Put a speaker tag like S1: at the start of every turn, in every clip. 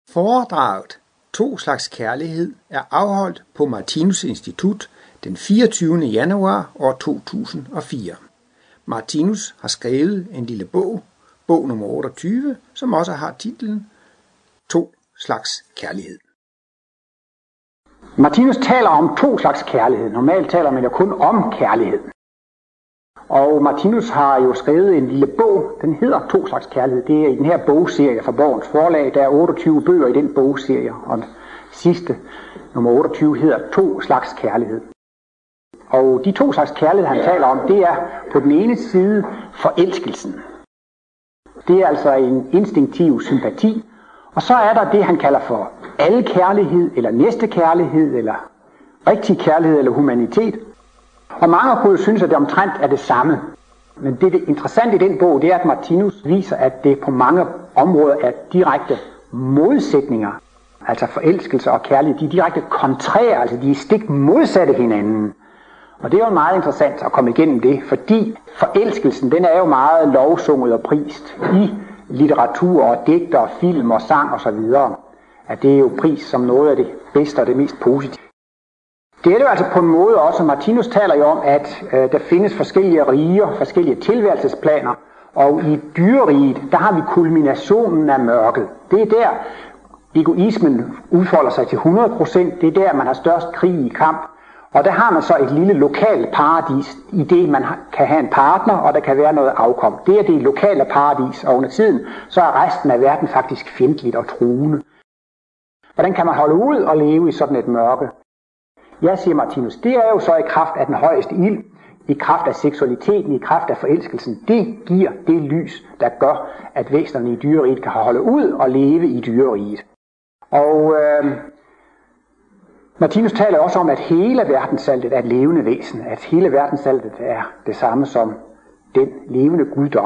S1: Foredraget To slags kærlighed er afholdt på Martinus Institut den 24. januar år 2004. Martinus har skrevet en lille bog nummer 28, som også har titlen To slags kærlighed.
S2: Martinus taler om to slags kærlighed. Normalt taler man jo kun om kærlighed. Og Martinus har jo skrevet en lille bog, den hedder To slags kærlighed. Det er i den her bogserie fra Borgens Forlag. Der er 28 bøger i den bogserie, og den sidste, nummer 28, hedder To slags kærlighed. Og de to slags kærlighed, han taler om, det er på den ene side forelskelsen. Det er altså en instinktiv sympati. Og så er der det, han kalder for alkærlighed, eller næstekærlighed, eller rigtig kærlighed, eller humanitet. Og mange kunne jo synes, at det omtrent er det samme. Men det interessante i den bog, det er, at Martinus viser, at det på mange områder er direkte modsætninger. Altså forelskelse og kærlighed, de er direkte kontrære, altså de er stik modsatte hinanden. Og det er jo meget interessant at komme igennem det, fordi forelskelsen, den er jo meget lovsunget og prist i litteratur og digter og film og sang og så videre. At det er jo prist som noget af det bedste og det mest positive. Det er jo altså på en måde også, Martinus taler jo om, at der findes forskellige riger, forskellige tilværelsesplaner, og i dyreriget, der har vi kulminationen af mørket. Det er der egoismen udfolder sig til 100%, det er der man har størst krig i kamp, og der har man så et lille lokalt paradis, i det man kan have en partner, og der kan være noget afkom. Det er det lokale paradis, og under tiden, så er resten af verden faktisk fjendtligt og truende. Hvordan kan man holde ud og leve i sådan et mørke? Ja, siger Martinus, det er jo så i kraft af den højeste ild, i kraft af seksualiteten, i kraft af forelskelsen. Det giver det lys, der gør, at væsenerne i dyreriget kan holde ud og leve i dyreriget. Og Martinus taler også om, at hele verdenssaltet er et levende væsen, at hele verdenssaltet er det samme som den levende guddom.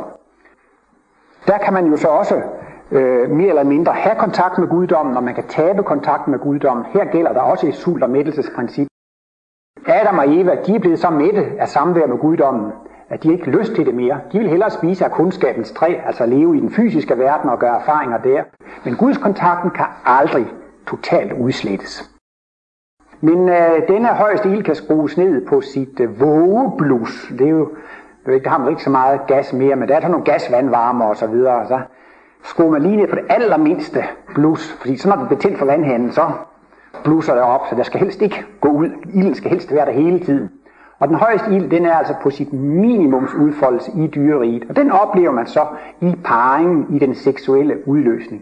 S2: Der kan man jo så også mere eller mindre have kontakt med guddommen, og man kan tabe kontakten med guddommen. Her gælder der også et sult- og mættelsesprincip. Adam og Eva, de er blevet så mætte af samvær med guddommen, at de ikke har lyst til det mere. De vil hellere spise af kundskabens træ, altså leve i den fysiske verden og gøre erfaringer der. Men gudskontakten kan aldrig totalt udslettes. Men denne højeste ild kan skrues ned på sit vågeblus. Det er jo, der har man ikke så meget gas mere, men der er sådan nogle gasvandvarmer og så videre. Så skruer man lige ned på det allermindste blus, fordi så når det bliver tændt for vandhanen, så blusser det op, så der skal helst ikke gå ud. Ilden skal helst være der hele tiden. Og den højeste ild, den er altså på sit minimumsudfoldelse i dyreriget, og den oplever man så i parringen, i den seksuelle udløsning.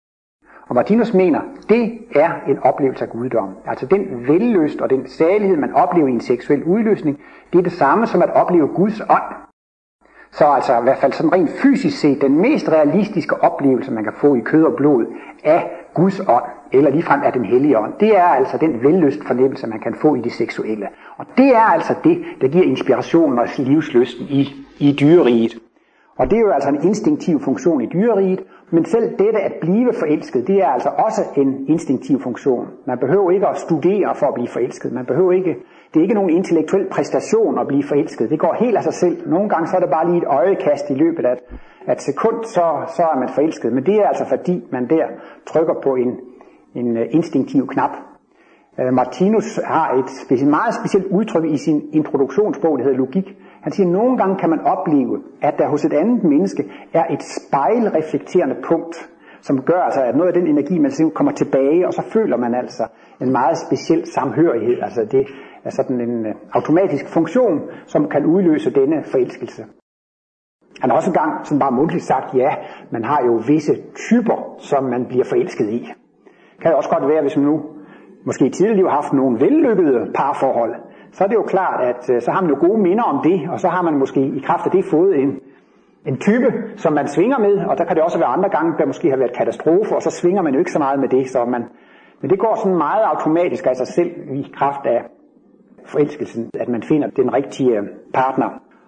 S2: Og Martinus mener, det er en oplevelse af guddom. Altså den vellyst og den salighed, man oplever i en seksuel udløsning, det er det samme som at opleve Guds ånd. Så altså i hvert fald sådan rent fysisk set, den mest realistiske oplevelse, man kan få i kød og blod af Guds ånd, eller ligefrem af den hellige ånd, det er altså den vellyst fornemmelse, man kan få i det seksuelle. Og det er altså det, der giver inspirationen og livslysten i dyreriget. Og det er jo altså en instinktiv funktion i dyreriget, men selv dette at blive forelsket, det er altså også en instinktiv funktion. Man behøver ikke at studere for at blive forelsket. Man behøver ikke, det er ikke nogen intellektuel præstation at blive forelsket. Det går helt af sig selv. Nogle gange så er det bare lige et øjekast i løbet af et sekund, så er man forelsket. Men det er altså fordi, man der trykker på en instinktiv knap. Martinus har et meget specielt udtryk i sin introduktionsbog, der hedder Logik. Han siger, at nogle gange kan man opleve, at der hos et andet menneske er et spejlreflekterende punkt, som gør altså, at noget af den energi, man simpelthen kommer tilbage, og så føler man altså en meget speciel samhørighed. Altså det er sådan en automatisk funktion, som kan udløse denne forelskelse. Han har også engang sådan bare mundtligt sagt, ja, man har jo visse typer, som man bliver forelsket i. Det kan jo også godt være, hvis man nu måske i tidligere liv har haft nogle vellykkede parforhold, så er det jo klart, at så har man jo gode minder om det, og så har man måske i kraft af det fået en type, som man svinger med, og der kan det også være andre gange, der måske har været katastrofe, og så svinger man jo ikke så meget med det, men det går sådan meget automatisk af sig selv i kraft af forelskelsen, at man finder den rigtige partner.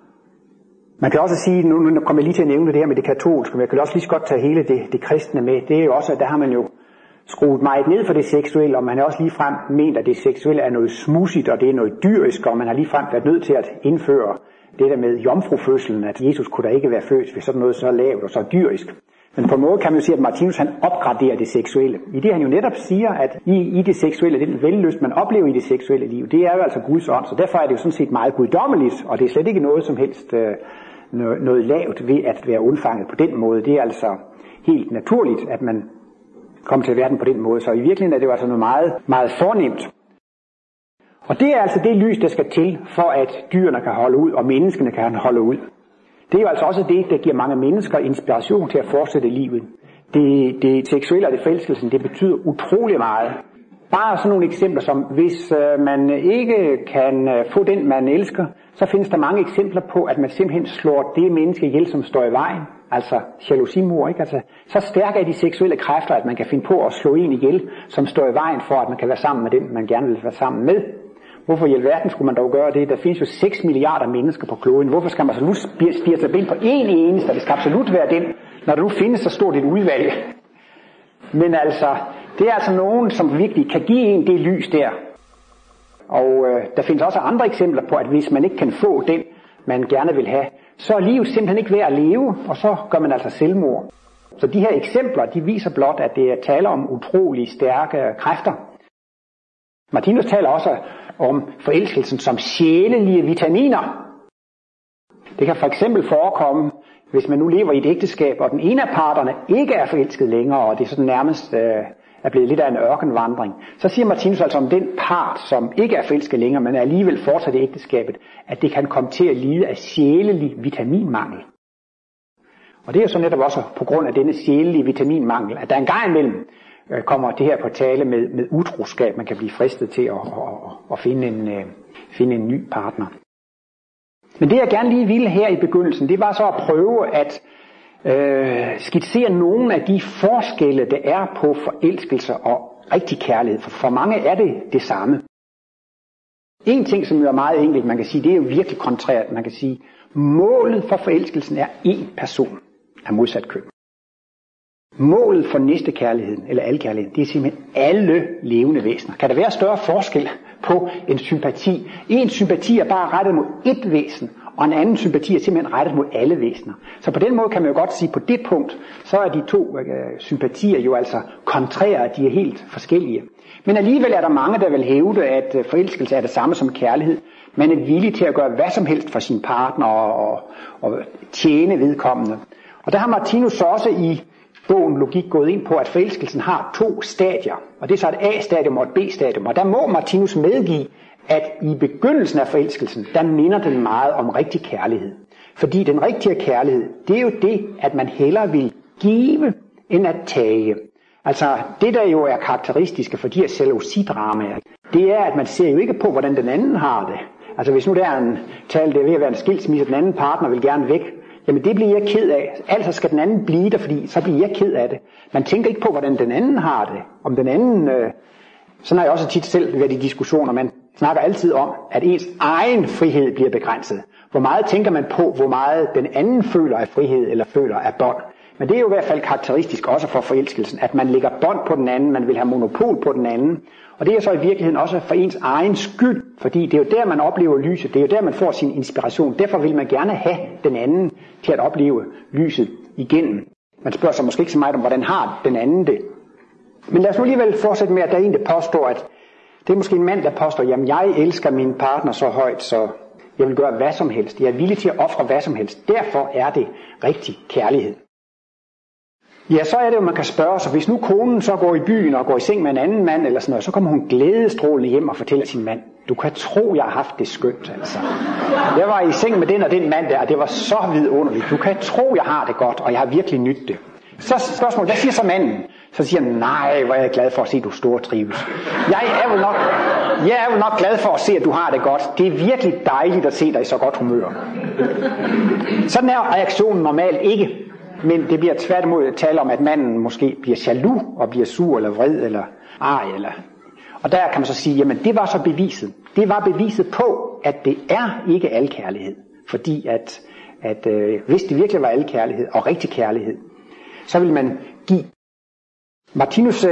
S2: Man kan også sige, nu kommer jeg lige til at nævne det her med det katolske, men jeg kan også lige så godt tage hele det kristne med. Det er jo også, at der har man jo skruet meget ned for det seksuelle, og man har også ligefrem ment, at det seksuelle er noget smudsigt, og det er noget dyrisk, og man har ligefrem været nødt til at indføre det der med jomfrufødslen, at Jesus kunne da ikke være født ved sådan noget så lavt og så dyrisk. Men på en måde kan man jo sige, at Martinus han opgraderer det seksuelle. I det han jo netop siger, at i det seksuelle, den vellyst man oplever i det seksuelle liv, det er jo altså Guds ånd, så derfor er det jo sådan set meget guddommeligt, og det er slet ikke noget som helst noget lavt ved at være undfanget på den måde. Det er altså helt naturligt, at man kommer til verden på den måde, så i virkeligheden er det jo altså noget meget, meget fornemt. Og det er altså det lys, der skal til, for at dyrene kan holde ud, og menneskene kan holde ud. Det er jo altså også det, der giver mange mennesker inspiration til at fortsætte livet. Det seksuelle og det forelskelsen, det betyder utrolig meget. Bare sådan nogle eksempler som, hvis man ikke kan få den, man elsker, så findes der mange eksempler på, at man simpelthen slår det menneske ihjel, som står i vejen. Altså jalousimord, ikke? Altså, så stærke er de seksuelle kræfter, at man kan finde på at slå en ihjel, som står i vejen for, at man kan være sammen med den, man gerne vil være sammen med. Hvorfor i alverden skulle man dog gøre det? Der findes jo 6 milliarder mennesker på kloden. Hvorfor skal man absolut spire sig ind på en eneste? Det skal absolut være den, når der nu findes så stort et udvalg. Men altså, det er altså nogen, som virkelig kan give en det lys der. Og der findes også andre eksempler på, at hvis man ikke kan få den, man gerne vil have, så er livet simpelthen ikke værd at leve, og så gør man altså selvmord. Så de her eksempler, de viser blot, at det er tale om utrolig stærke kræfter. Martinus taler også om forelskelsen som sjælelige vitaminer. Det kan for eksempel forekomme, hvis man nu lever i et ægteskab, og den ene af parterne ikke er forelsket længere, og det er sådan nærmest er blevet lidt af en ørkenvandring. Så siger Martinus altså om den part, som ikke er forelsket længere, men er alligevel fortsat i ægteskabet, at det kan komme til at lide af sjælelig vitaminmangel. Og det er jo så netop også på grund af denne sjælelige vitaminmangel, at der en gang imellem kommer det her på tale med utroskab. Man kan blive fristet til at finde en ny partner. Men det jeg gerne lige ville her i begyndelsen, det var så at prøve at skitsere nogle af de forskelle, der er på forelskelse og rigtig kærlighed. For mange er det det samme. En ting, som jo er meget enkelt, man kan sige, det er jo virkelig kontrært. Man kan sige, målet for forelskelsen er én person af modsat køn. Målet for næstekærligheden, eller alkærligheden, det er simpelthen alle levende væsener. Kan der være større forskel på en sympati? En sympati er bare rettet mod ét væsen, og en anden sympati er simpelthen rettet mod alle væsener. Så på den måde kan man jo godt sige, på det punkt, så er de to sympatier jo altså kontrære, de er helt forskellige. Men alligevel er der mange, der vil hævde, at forelskelse er det samme som kærlighed. Man er villig til at gøre hvad som helst for sin partner og tjene vedkommende. Og der har Martinus også i bogen Logik gået ind på, at forelskelsen har 2 stadier, og det er så et A-stadium og et B-stadium, og der må Martinus medgive, at i begyndelsen af forelskelsen, der minder den meget om rigtig kærlighed. Fordi den rigtige kærlighed, det er jo det, at man hellere vil give, end at tage. Altså det der jo er karakteristiske for de her jalousidramaer, det er, at man ser jo ikke på, hvordan den anden har det. Altså hvis nu der er en tale, der er ved at være en skilsmisse, den anden partner vil gerne væk, jamen det bliver jeg ked af. Altså skal den anden blive der, fordi så bliver jeg ked af det. Man tænker ikke på, hvordan den anden har det. Om den anden, sådan har jeg også tit selv været i diskussioner, man snakker altid om, at ens egen frihed bliver begrænset. Hvor meget tænker man på, hvor meget den anden føler af frihed eller føler af bånd. Men det er jo i hvert fald karakteristisk også for forelskelsen, at man lægger bånd på den anden, man vil have monopol på den anden. Og det er så i virkeligheden også for ens egen skyld, fordi det er jo der, man oplever lyset, det er jo der, man får sin inspiration. Derfor vil man gerne have den anden til at opleve lyset igennem. Man spørger sig måske ikke så meget om, hvordan har den anden det. Men lad os nu alligevel fortsætte med, at der er en, der påstår, at det er måske en mand, der påstår, jamen jeg elsker min partner så højt, så jeg vil gøre hvad som helst. Jeg er villig til at ofre hvad som helst. Derfor er det rigtig kærlighed. Ja, så er det jo, man kan spørge sig, hvis nu konen så går i byen og går i seng med en anden mand eller sådan noget, så kommer hun glædestrålende hjem og fortæller sin mand, du kan tro, jeg har haft det skønt, altså. Jeg var i seng med den og den mand der, og det var så vidunderligt. Du kan tro, jeg har det godt, og jeg har virkelig nydt det. Så spørgsmålet, hvad siger så manden? Så siger han, nej, hvor er jeg glad for at se, at du stortrives. Jeg er jo nok glad for at se, at du har det godt. Det er virkelig dejligt at se dig i så godt humør. Sådan er reaktionen normalt ikke. Men det bliver tværtimod at tale om, at manden måske bliver jaloux og bliver sur eller vred eller arg. Og der kan man så sige, jamen det var så beviset. Det var beviset på, at det er ikke alkærlighed. Fordi at hvis det virkelig var alkærlighed og rigtig kærlighed, så vil man give. Martinus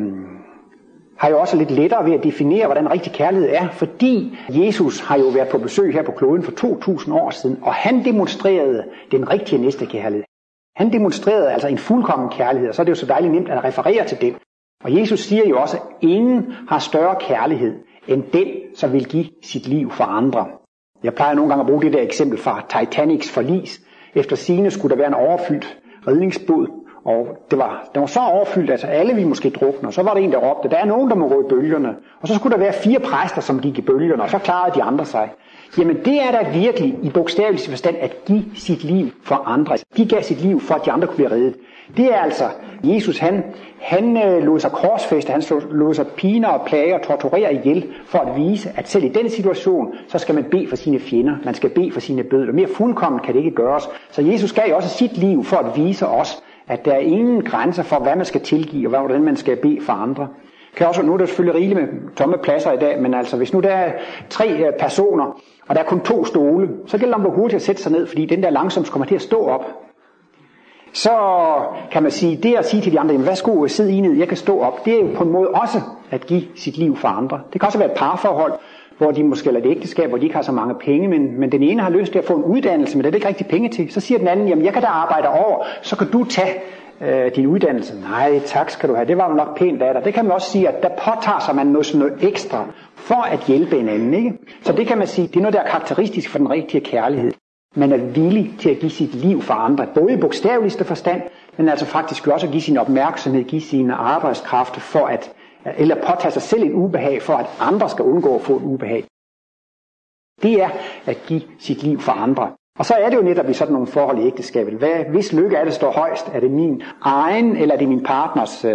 S2: har jo også lidt lettere ved at definere, hvordan rigtig kærlighed er, fordi Jesus har jo været på besøg her på kloden for 2000 år siden, og han demonstrerede den rigtige næstekærlighed. Han demonstrerede altså en fuldkommen kærlighed, og så er det jo så dejligt nemt at referere til den. Og Jesus siger jo også, at ingen har større kærlighed end den, som vil give sit liv for andre. Jeg plejer nogle gange at bruge det der eksempel fra Titanics forlis. Efter sigende skulle der være en overfyldt redningsbåd, og den var så overfyldt, at alle vi måske drukne, og så var der en, der råbte, der er nogen, der må gå i bølgerne. Og så skulle der være 4 præster, som gik i bølgerne, og så klarede de andre sig. Jamen det er da virkelig i bogstavelig forstand at give sit liv for andre. De gav sit liv for, at de andre kunne blive reddet. Det er altså, Jesus han lod sig korsfæste, han lod sig piner og plage og torturere ihjel, for at vise, at selv i den situation, så skal man bede for sine fjender, man skal bede for sine bødler. Mere fuldkommen kan det ikke gøres. Så Jesus gav også sit liv for at vise os, at der er ingen grænser for, hvad man skal tilgive, og hvordan man skal bede for andre. Nu er der selvfølgelig rigeligt med tomme pladser i dag, men altså hvis nu der er 3 personer, og der er kun 2 stole, så gælder det om hurtigt at sætte sig ned, fordi den der langsomt kommer til at stå op. Så kan man sige, det at sige til de andre, jamen værsgo, sid I ned, jeg kan stå op, det er jo på en måde også at give sit liv for andre. Det kan også være et parforhold, hvor de måske eller et ægteskab, hvor de ikke har så mange penge, men den ene har lyst til at få en uddannelse, men det er ikke rigtig penge til. Så siger den anden, jamen jeg kan da arbejde over, så kan du tage din uddannelse. Nej, tak skal du have, det var jo nok pænt af dig. Det kan man også sige, at der påtager sig man noget ekstra for at hjælpe en anden, ikke? Så det kan man sige, det er noget, der er karakteristisk for den rigtige kærlighed. Man er villig til at give sit liv for andre, både i bogstaveligste forstand, men altså faktisk også at give sin opmærksomhed, give sine arbejdskraft for eller påtage sig selv et ubehag, for at andre skal undgå at få et ubehag. Det er at give sit liv for andre. Og så er det jo netop i sådan nogle forhold i ægteskabet. Hvis lykke er det står højst? Er det min egen, eller er det min partners?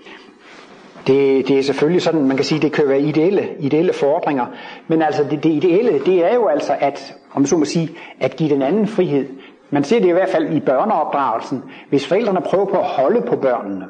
S2: Det er selvfølgelig sådan, man kan sige, det kan være ideelle fordringer. Men altså det ideelle, det er jo altså at, om man så må sige, at give den anden frihed. Man ser det i hvert fald i børneopdragelsen. Hvis forældrene prøver på at holde på børnene.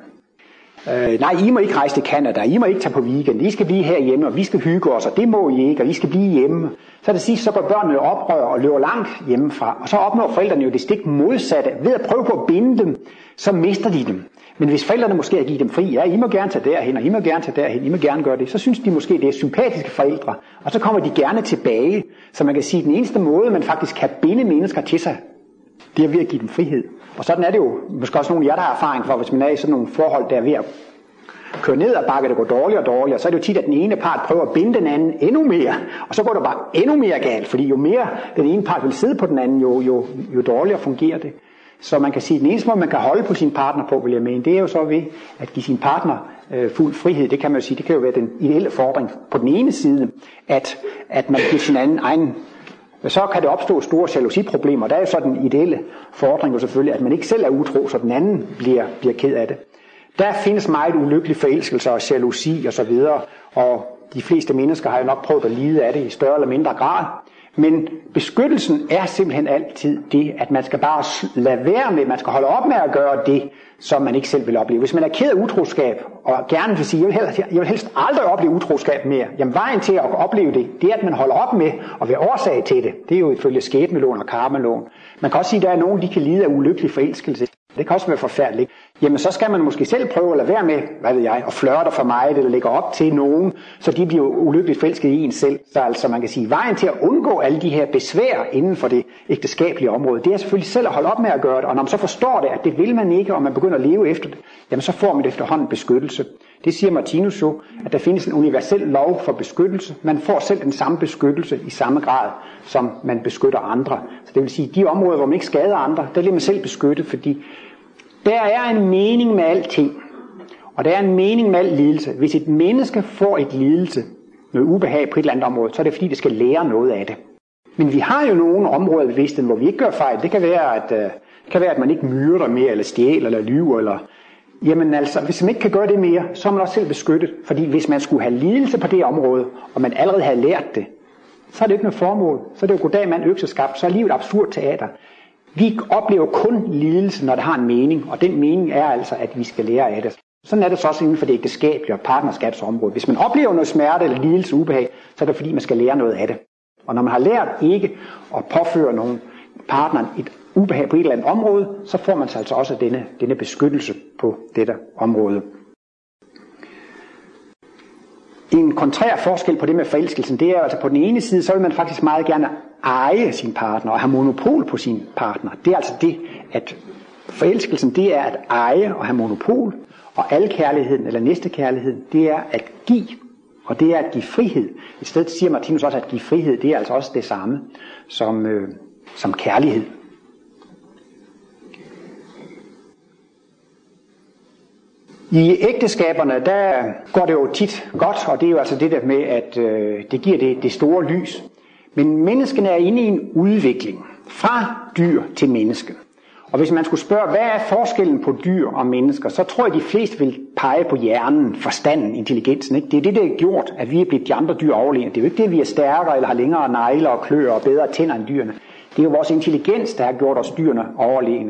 S2: Nej, I må ikke rejse til Canada, I må ikke tage på weekend, I skal blive herhjemme, og vi skal hygge os, og det må I ikke, og I skal blive hjemme. Så det sidst, så går børnene oprør og løber langt hjemmefra, og så opnår forældrene jo det stik modsatte. Ved at prøve på at binde dem, så mister de dem. Men hvis forældrene måske har givet dem fri, ja, I må gerne tage derhen, og I må gerne tage derhen, I må gerne gøre det, så synes de måske, det er sympatiske forældre, og så kommer de gerne tilbage. Så man kan sige, at den eneste måde, man faktisk kan binde mennesker til sig, det er ved at give dem frihed. Og sådan er det jo, måske også nogle af jer, der har erfaring for, hvis man er i sådan nogle forhold, der er ved at køre ned og bakke, det går dårligere og dårligere, så er det jo tit, at den ene part prøver at binde den anden endnu mere, og så går det bare endnu mere galt, fordi jo mere den ene part vil sidde på den anden, jo dårligere fungerer det. Så man kan sige, at den eneste måde, man kan holde på sin partner på, vil jeg mene, det er jo så ved at give sin partner fuld frihed. Det kan man jo sige, det kan jo være den ideelle fordring på den ene side, at man giver sin anden egen. Så kan det opstå store jalousiproblemer. Der er jo så den ideelle fordring jo selvfølgelig, at man ikke selv er utro, så den anden bliver ked af det. Der findes meget ulykkelig forelskelse og jalousi og så videre, og de fleste mennesker har jo nok prøvet at lide af det i større eller mindre grad. Men beskyttelsen er simpelthen altid det, at man skal bare lade være med, man skal holde op med at gøre det, som man ikke selv vil opleve. Hvis man er ked af utroskab, og gerne vil sige, jeg vil helst aldrig opleve utroskab mere, jamen vejen til at opleve det, det er, at man holder op med at være årsag til det. Det er jo ifølge skæbneloven og karmeloven. Man kan også sige, at der er nogen, de kan lide af ulykkelig forelskelse. Det kan også være forfærdeligt. Jamen så skal man måske selv prøve at lade være med, hvad ved jeg, at flørte for meget eller lægge op til nogen, så de bliver ulykkeligt forelsket i en selv. Så altså man kan sige, vejen til at undgå alle de her besvær inden for det ægteskabelige område, det er selvfølgelig selv at holde op med at gøre det. Og når man så forstår det, at det vil man ikke, og man begynder at leve efter det, jamen så får man efterhånden beskyttelse. Det siger Martinus jo, at der findes en universel lov for beskyttelse. Man får selv den samme beskyttelse i samme grad, som man beskytter andre. Så det vil sige, de områder, hvor man ikke skader andre, der bliver man selv beskyttet, fordi der er en mening med alting. Og der er en mening med al lidelse. Hvis et menneske får et lidelse, noget ubehag på et eller andet område, så er det fordi, det skal lære noget af det. Men vi har jo nogle områder i bevidstheden, hvor vi ikke gør fejl. Det kan være, at man ikke myrder mere, eller stjæler, eller lyver, eller. Jamen altså, hvis man ikke kan gøre det mere, så er man også selv beskyttet. Fordi hvis man skulle have lidelse på det område, og man allerede havde lært det, så er det ikke noget formål. Så er det jo goddag mand økseskaft, så er livet absurd teater. Vi oplever kun lidelse, når det har en mening, og den mening er altså, at vi skal lære af det. Sådan er det så også inden for det ægteskabelige og partnerskabsområde. Hvis man oplever noget smerte eller lidelse, ubehag, så er det fordi, man skal lære noget af det. Og når man har lært ikke at påføre nogen partneren et ubehag på et eller andet område, så får man altså også denne beskyttelse på dette område. En kontrær forskel på det med forelskelsen, det er altså på den ene side, så vil man faktisk meget gerne eje sin partner og have monopol på sin partner. Det er altså det at Forelskelsen, det er at eje og have monopol, og alkærligheden eller næstekærligheden, det er at give, og det er at give frihed. I stedet siger Martinus også, at give frihed, det er altså også det samme som kærlighed. I ægteskaberne, der går det jo tit godt, og det er jo altså det der med, at det giver det store lys. Men menneskene er inde i en udvikling fra dyr til menneske. Og hvis man skulle spørge, hvad er forskellen på dyr og mennesker, så tror jeg, de fleste vil pege på hjernen, forstanden, intelligensen. Ikke? Det er det, der har gjort, at vi er blevet de andre dyr overlegne. Det er jo ikke det, vi er stærkere eller har længere negle og kløer og bedre tænder end dyrene. Det er jo vores intelligens, der har gjort os dyrene overlegne.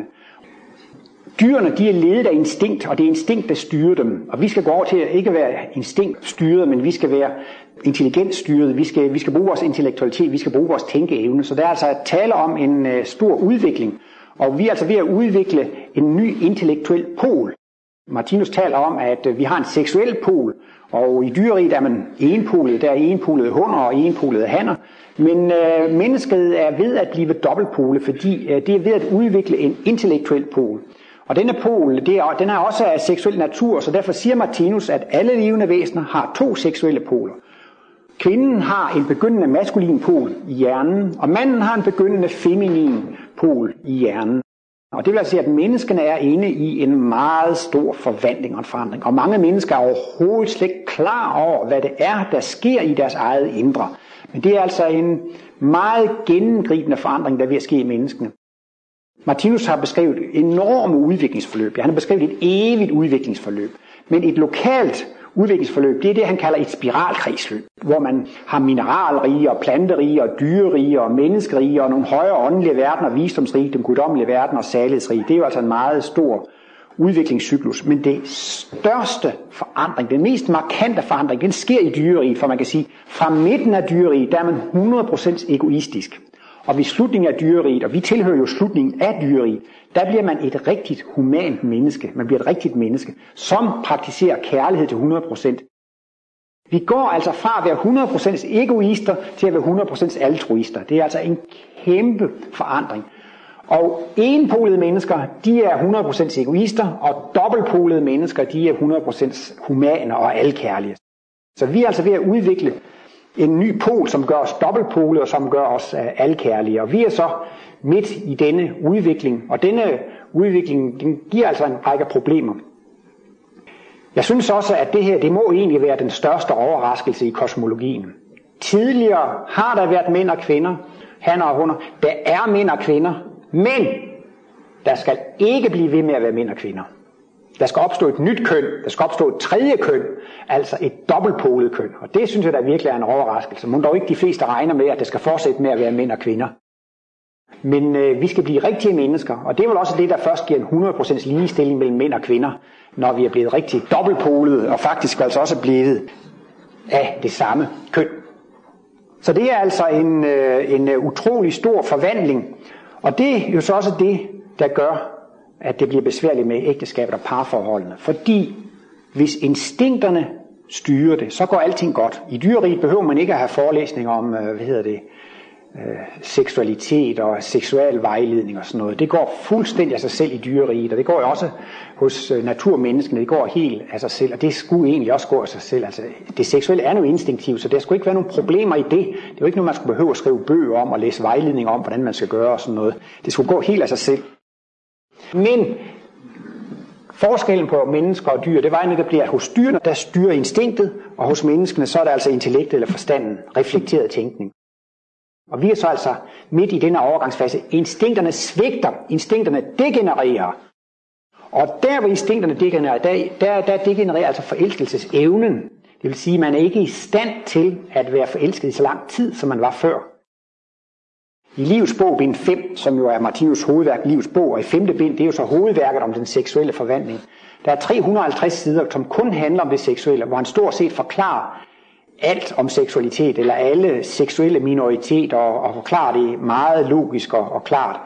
S2: Dyrene, de er ledet af instinkt, og det er instinkt, der styrer dem. Og vi skal gå over til at ikke være instinktstyret, men vi skal være intelligensstyret. Vi skal bruge vores intellektualitet, vi skal bruge vores tænkeevne. Så der er altså at tale om en stor udvikling. Og vi er altså ved at udvikle en ny intellektuel pol. Martinus taler om, at vi har en seksuel pol, og i dyreriget er man enpolet. Der er enpolede hunder og enpolede hanner. Men mennesket er ved at blive dobbeltpole, fordi det er ved at udvikle en intellektuel pol. Og denne pol, den er også af seksuel natur, så derfor siger Martinus, at alle levende væsener har 2 seksuelle poler. Kvinden har en begyndende maskulin pol i hjernen, og manden har en begyndende feminin pol i hjernen. Og det vil altså sige, at menneskene er inde i en meget stor forvandling og forandring. Og mange mennesker er overhovedet slet ikke klar over, hvad det er, der sker i deres eget indre. Men det er altså en meget gennemgribende forandring, der er ved at ske i menneskene. Martinus har beskrevet enorme udviklingsforløb. Han har beskrevet et evigt udviklingsforløb. Men et lokalt udviklingsforløb, det er det, han kalder et spiralkredsløb, hvor man har mineralrige og planterige og dyrerige og menneskerige og nogle højere åndelige verdener, visdomsrige, den guddommelige verden og salighedsrige. Det er jo altså en meget stor udviklingscyklus. Men det største forandring, den mest markante forandring, den sker i dyreriget, for man kan sige, fra midten af dyreriget, der er man 100% egoistisk. Og ved slutningen af dyreriget, og vi tilhører jo slutningen af dyreriget, der bliver man et rigtigt humant menneske. Man bliver et rigtigt menneske, som praktiserer kærlighed til 100%. Vi går altså fra at være 100% egoister til at være 100% altruister. Det er altså en kæmpe forandring. Og enpolede mennesker, de er 100% egoister, og dobbeltpolede mennesker, de er 100% humane og alkærlige. Så vi er altså ved at udvikle en ny pol, som gør os dobbeltpolede og som gør os alkærlige. Og vi er så midt i denne udvikling, og denne udvikling, den giver altså en række problemer. Jeg synes også, at det her, det må egentlig være den største overraskelse i kosmologien. Tidligere har der været mænd og kvinder, hanner og hunder. Der er mænd og kvinder, men der skal ikke blive ved med at være mænd og kvinder. Der skal opstå et nyt køn, der skal opstå et tredje køn, altså et dobbeltpolet køn. Og det synes jeg, der virkelig er en overraskelse. Men dog ikke de fleste regner med, at det skal fortsætte med at være mænd og kvinder. Men vi skal blive rigtige mennesker, og det er vel også det, der først giver en 100% ligestilling mellem mænd og kvinder, når vi er blevet rigtig dobbeltpolet, og faktisk altså også blevet af det samme køn. Så det er altså en utrolig stor forvandling, og det er jo så også det, der gør, at det bliver besværligt med ægteskabet og parforholdene. Fordi hvis instinkterne styrer det, så går alting godt. I dyreriget behøver man ikke at have forelæsninger om, seksualitet og seksuel vejledning og sådan noget. Det går fuldstændig af sig selv i dyreriget, og det går jo også hos naturmenneskene. Det går helt af sig selv, og det skulle egentlig også gå af sig selv. Altså, det seksuelle er jo instinktivt, så der skulle ikke være nogen problemer i det. Det er jo ikke noget, man skulle behøve at skrive bøger om og læse vejledning om, hvordan man skal gøre og sådan noget. Det skulle gå helt af sig selv. Men forskellen på mennesker og dyr, det var netop det, at hos dyrene, der styrer instinktet, og hos menneskene, så er det altså intellektet eller forstanden, reflekteret tænkning. Og vi er så altså midt i denne overgangsfase. Instinkterne svigter, instinkterne degenererer. Og der hvor instinkterne degenererer, der degenererer altså forelskelsesevnen. Det vil sige, at man er ikke i stand til at være forelsket i så lang tid, som man var før. I Livets bog, bind 5, som jo er Martinus' hovedværk, Livets bog, og i 5. bind, det er jo så hovedværket om den seksuelle forvandling. Der er 350 sider, som kun handler om det seksuelle, hvor han stort set forklarer alt om seksualitet, eller alle seksuelle minoriteter, og forklarer det meget logisk og klart.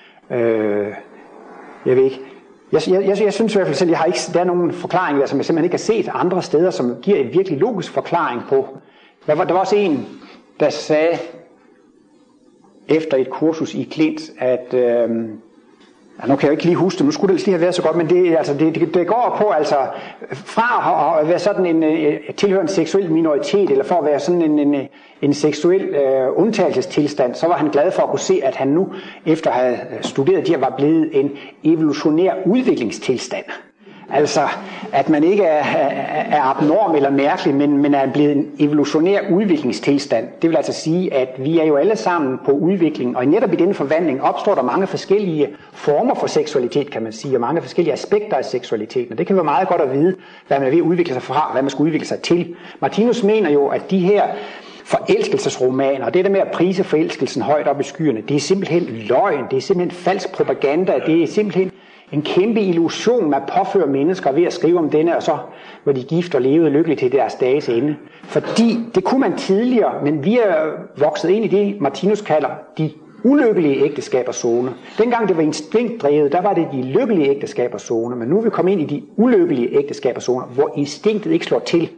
S2: Jeg ved ikke. Jeg synes i hvert fald selv, der er nogle forklaringer, som jeg simpelthen ikke har set andre steder, som giver en virkelig logisk forklaring på. Der var også en, der sagde, efter et kursus i Klint, at Ja, nu kan jeg ikke lige huske det, nu skulle det lige have været så godt, men det går på altså fra at være sådan en tilhørende en seksuel minoritet, eller for at være sådan en seksuel undtagelsestilstand, så var han glad for at kunne se, at han nu, efter at have studeret de her, var blevet en evolutionær udviklingstilstand. Altså, at man ikke er abnorm eller mærkelig, men er blevet en evolutionær udviklingstilstand. Det vil altså sige, at vi er jo alle sammen på udvikling, og netop i denne forvandling opstår der mange forskellige former for seksualitet, kan man sige, og mange forskellige aspekter af seksualiteten. Og det kan være meget godt at vide, hvad man er ved at udvikle sig fra, og hvad man skal udvikle sig til. Martinus mener jo, at de her forelskelsesromaner, og det der med at prise forelskelsen højt op i skyerne, det er simpelthen løgn, det er simpelthen falsk propaganda, det er simpelthen en kæmpe illusion, man påfører mennesker ved at skrive om denne, og så var de gift og levede lykkeligt til deres dages ende. Fordi det kunne man tidligere, men vi er vokset ind i det, Martinus kalder de ulykkelige ægteskabers zone. Dengang det var instinktdrevet, der var det de lykkelige ægteskabers zone, men nu er vi kommet ind i de ulykkelige ægteskabers zone, hvor instinktet ikke slår til.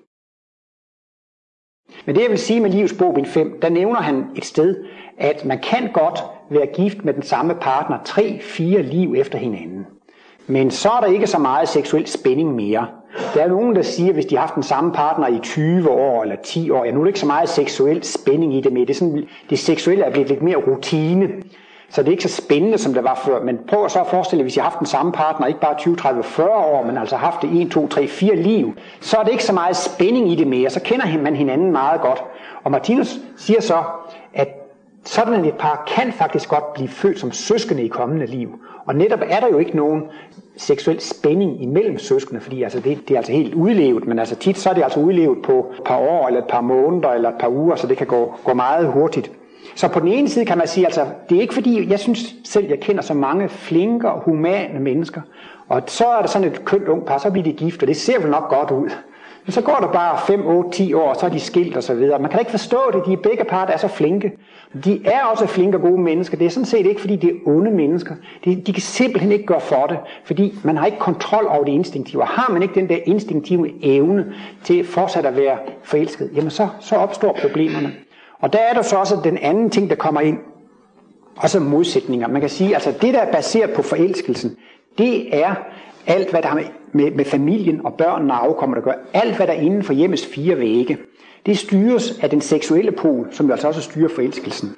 S2: Men det jeg vil sige med Livets bog, bind 5, der nævner han et sted, at man kan godt være gift med den samme partner 3-4 liv efter hinanden. Men så er der ikke så meget seksuel spænding mere. Der er nogen, der siger, at hvis de har haft den samme partner i 20 år eller 10 år, ja, nu er der ikke så meget seksuel spænding i det mere. Det seksuelle er blevet lidt mere rutine. Så det er ikke så spændende, som det var før. Men prøv så at forestille, hvis I har haft den samme partner, ikke bare 20, 30, 40 år, men altså haft det 1, 2, 3, 4 liv, så er det ikke så meget spænding i det mere. Så kender man hinanden meget godt. Og Martinus siger så, at sådan et par kan faktisk godt blive født som søskende i kommende liv. Og netop er der jo ikke nogen seksuel spænding imellem søskende, fordi altså det er altså helt udlevet, men altså tit så er det altså udlevet på et par år, eller et par måneder, eller et par uger, så det kan gå meget hurtigt. Så på den ene side kan man sige, altså det er ikke fordi, jeg synes selv, jeg kender så mange flinke og humane mennesker, og så er der sådan et kønt ung par, så bliver de gift, og det ser vel nok godt ud. Men så går der bare 5, 8, 10 år, og så er de skilt og så videre. Man kan ikke forstå det, de begge parter er så flinke. De er også flinke og gode mennesker. Det er sådan set ikke, fordi de er onde mennesker. De kan simpelthen ikke gøre for det, fordi man har ikke kontrol over det instinktive. Og har man ikke den der instinktive evne til fortsat at være forelsket, jamen så opstår problemerne. Og der er der så også den anden ting, der kommer ind. Også modsætninger. Man kan sige, altså det der er baseret på forelskelsen, det er alt, hvad der har med familien og børnene og afkommer at gøre, alt, hvad der er inden for hjemmets 4 vægge, det styres af den seksuelle pol, som jo altså også styrer forelskelsen.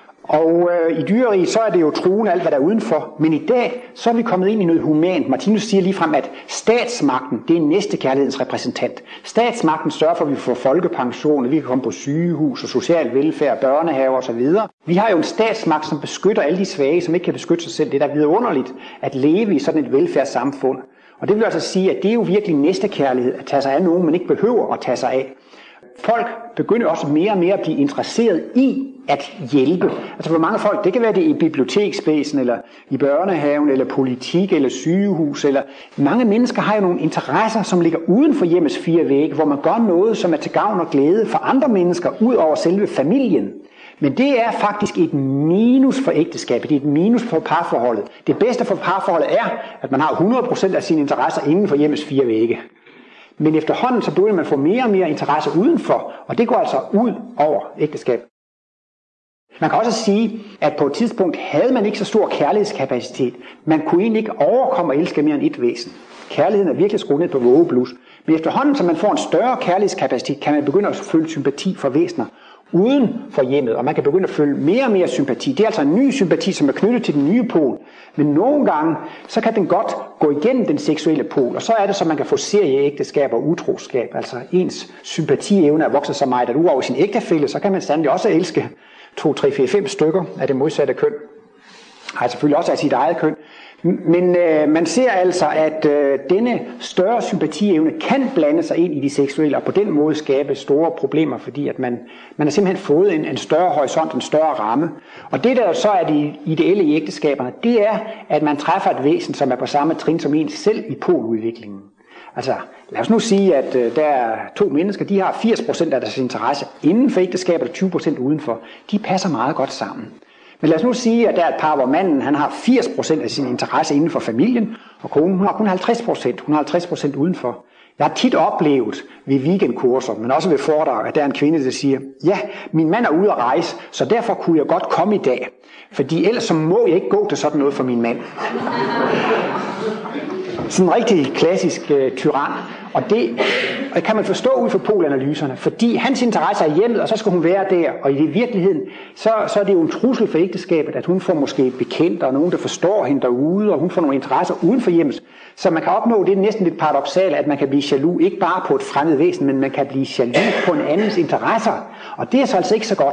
S2: Og i dyreriget, så er det jo truende alt, hvad der er udenfor. Men i dag, så er vi kommet ind i noget humant. Martinus siger ligefrem, at statsmagten, det er næstekærlighedens repræsentant. Statsmagten sørger for, at vi får folkepension, at vi kan komme på sygehus og social velfærd, børnehaver osv. Vi har jo en statsmagt, som beskytter alle de svage, som ikke kan beskytte sig selv. Det er da vidunderligt at leve i sådan et velfærdssamfund. Og det vil altså sige, at det er jo virkelig næstekærlighed at tage sig af nogen, man ikke behøver at tage sig af. Folk begynder også mere og mere at blive interesseret i at hjælpe. Altså for mange folk, det kan være det i biblioteksvæsen, eller i børnehaven, eller politik, eller sygehus, eller mange mennesker har jo nogle interesser, som ligger uden for hjemmets 4 vægge, hvor man gør noget, som er til gavn og glæde for andre mennesker, ud over selve familien. Men det er faktisk et minus for ægteskabet, det er et minus for parforholdet. Det bedste for parforholdet er, at man har 100% af sine interesser inden for hjemmets 4 vægge. Men efterhånden så begynder man at få mere og mere interesse udenfor, og det går altså ud over ægteskab. Man kan også sige, at på et tidspunkt havde man ikke så stor kærlighedskapacitet. Man kunne egentlig ikke overkomme at elske mere end et væsen. Kærligheden er virkelig skruet ned på vågeblus. Men efterhånden, som man får en større kærlighedskapacitet, kan man begynde at føle sympati for væsener uden for hjemmet, og man kan begynde at føle mere og mere sympati. Det er altså en ny sympati, som er knyttet til den nye pol. Men nogle gange, så kan den godt gå igennem den seksuelle pol, og så er det så, man kan få serieægteskab og utroskab. Altså ens sympatievne er vokset så meget, at udover sin ægtefælle, så kan man sandelig også elske 2, 3, 4, 5 stykker af det modsatte køn. Ej, selvfølgelig også af sit eget køn. Men man ser altså, at denne større sympatievne kan blande sig ind i de seksuelle, og på den måde skabe store problemer, fordi at man har simpelthen fået en større horisont, en større ramme. Og det der så er det ideelle i ægteskaberne, det er, at man træffer et væsen, som er på samme trin som en selv i poludviklingen. Altså, lad os nu sige, at der er 2 mennesker, de har 80% af deres interesse inden for ægteskabet og 20% udenfor. De passer meget godt sammen. Men lad os nu sige, at der er et par, hvor manden han har 80% af sin interesse inden for familien, og konen hun har kun 50%. Hun har 50% udenfor. Jeg har tit oplevet ved weekendkurser, men også ved foredrag, at der er en kvinde, der siger, ja, min mand er ude at rejse, så derfor kunne jeg godt komme i dag. Fordi ellers så må jeg ikke gå til sådan noget for min mand. Sådan en rigtig klassisk tyran. Og det kan man forstå ud fra polanalyserne, fordi hans interesse er hjemmet, og så skal hun være der. Og i virkeligheden, så er det jo en trussel for ægteskabet, at hun får måske bekendte og nogen, der forstår hende derude, og hun får nogle interesser uden for hjemmet. Så man kan opnå det næsten lidt paradoksalt, at man kan blive jaloux, ikke bare på et fremmed væsen, men man kan blive jaloux på en andens interesser. Og det er så altså ikke så godt,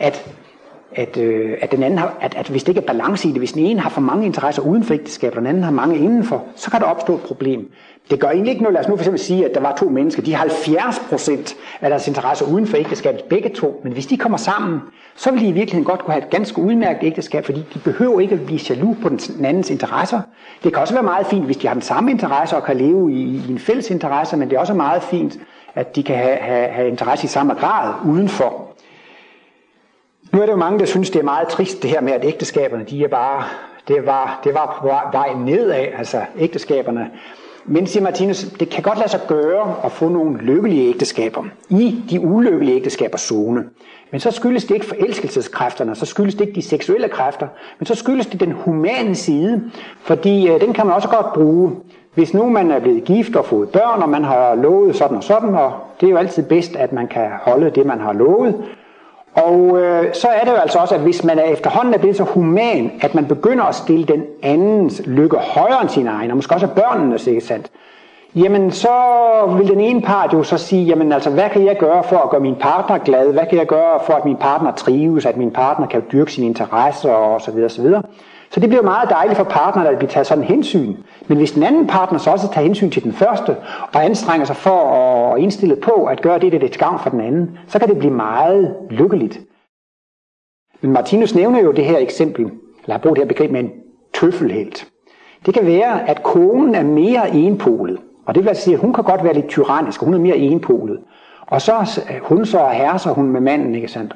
S2: at den anden at hvis det ikke er balance i det, hvis den ene har for mange interesser uden for ægteskabet, og den anden har mange indenfor, så kan der opstå et problem. Det gør egentlig ikke noget. Lad os nu for eksempel sige, at der var 2 mennesker, de har 70% af deres interesser uden for ægteskabet, begge to. Men hvis de kommer sammen, så vil de i virkeligheden godt kunne have et ganske udmærket ægteskab, fordi de behøver ikke at blive jaloux på den andens interesser. Det kan også være meget fint, hvis de har den samme interesse og kan leve i en fælles interesse, men det er også meget fint, at de kan have interesse i samme grad udenfor. Nu er der jo mange, der synes, det er meget trist det her med, at ægteskaberne, det var på vej nedad, altså ægteskaberne. Men siger Martinus, det kan godt lade sig gøre at få nogle lykkelige ægteskaber i de ulykkelige ægteskabers zone. Men så skyldes det ikke forelskelseskræfterne, så skyldes det ikke de seksuelle kræfter, men så skyldes det den humane side, fordi den kan man også godt bruge. Hvis nu man er blevet gift og fået børn, og man har lovet sådan og sådan, og det er jo altid bedst, at man kan holde det, man har lovet. Og så er det jo altså også, at hvis man efterhånden er blevet så human, at man begynder at stille den andens lykke højere end sin egen, og måske også børnene, sikkert sandt, jamen så vil den ene part jo så sige, jamen altså, hvad kan jeg gøre for at gøre min partner glad? Hvad kan jeg gøre for, at min partner trives, at min partner kan dyrke sine interesser osv. osv.? Så det bliver meget dejligt for partneren, at der bliver taget sådan hensyn. Men hvis den anden partner så også tager hensyn til den første, og anstrenger sig for at indstille på at gøre det, der er til gavn for den anden, så kan det blive meget lykkeligt. Men Martinus nævner jo det her eksempel, eller har brugt det her begreb med en tøffelhelt. Det kan være, at konen er mere enpolet, og det vil sige, at hun kan godt være lidt tyrannisk, og hun er mere enpolet. Og så hun så herser hun med manden, ikke sandt?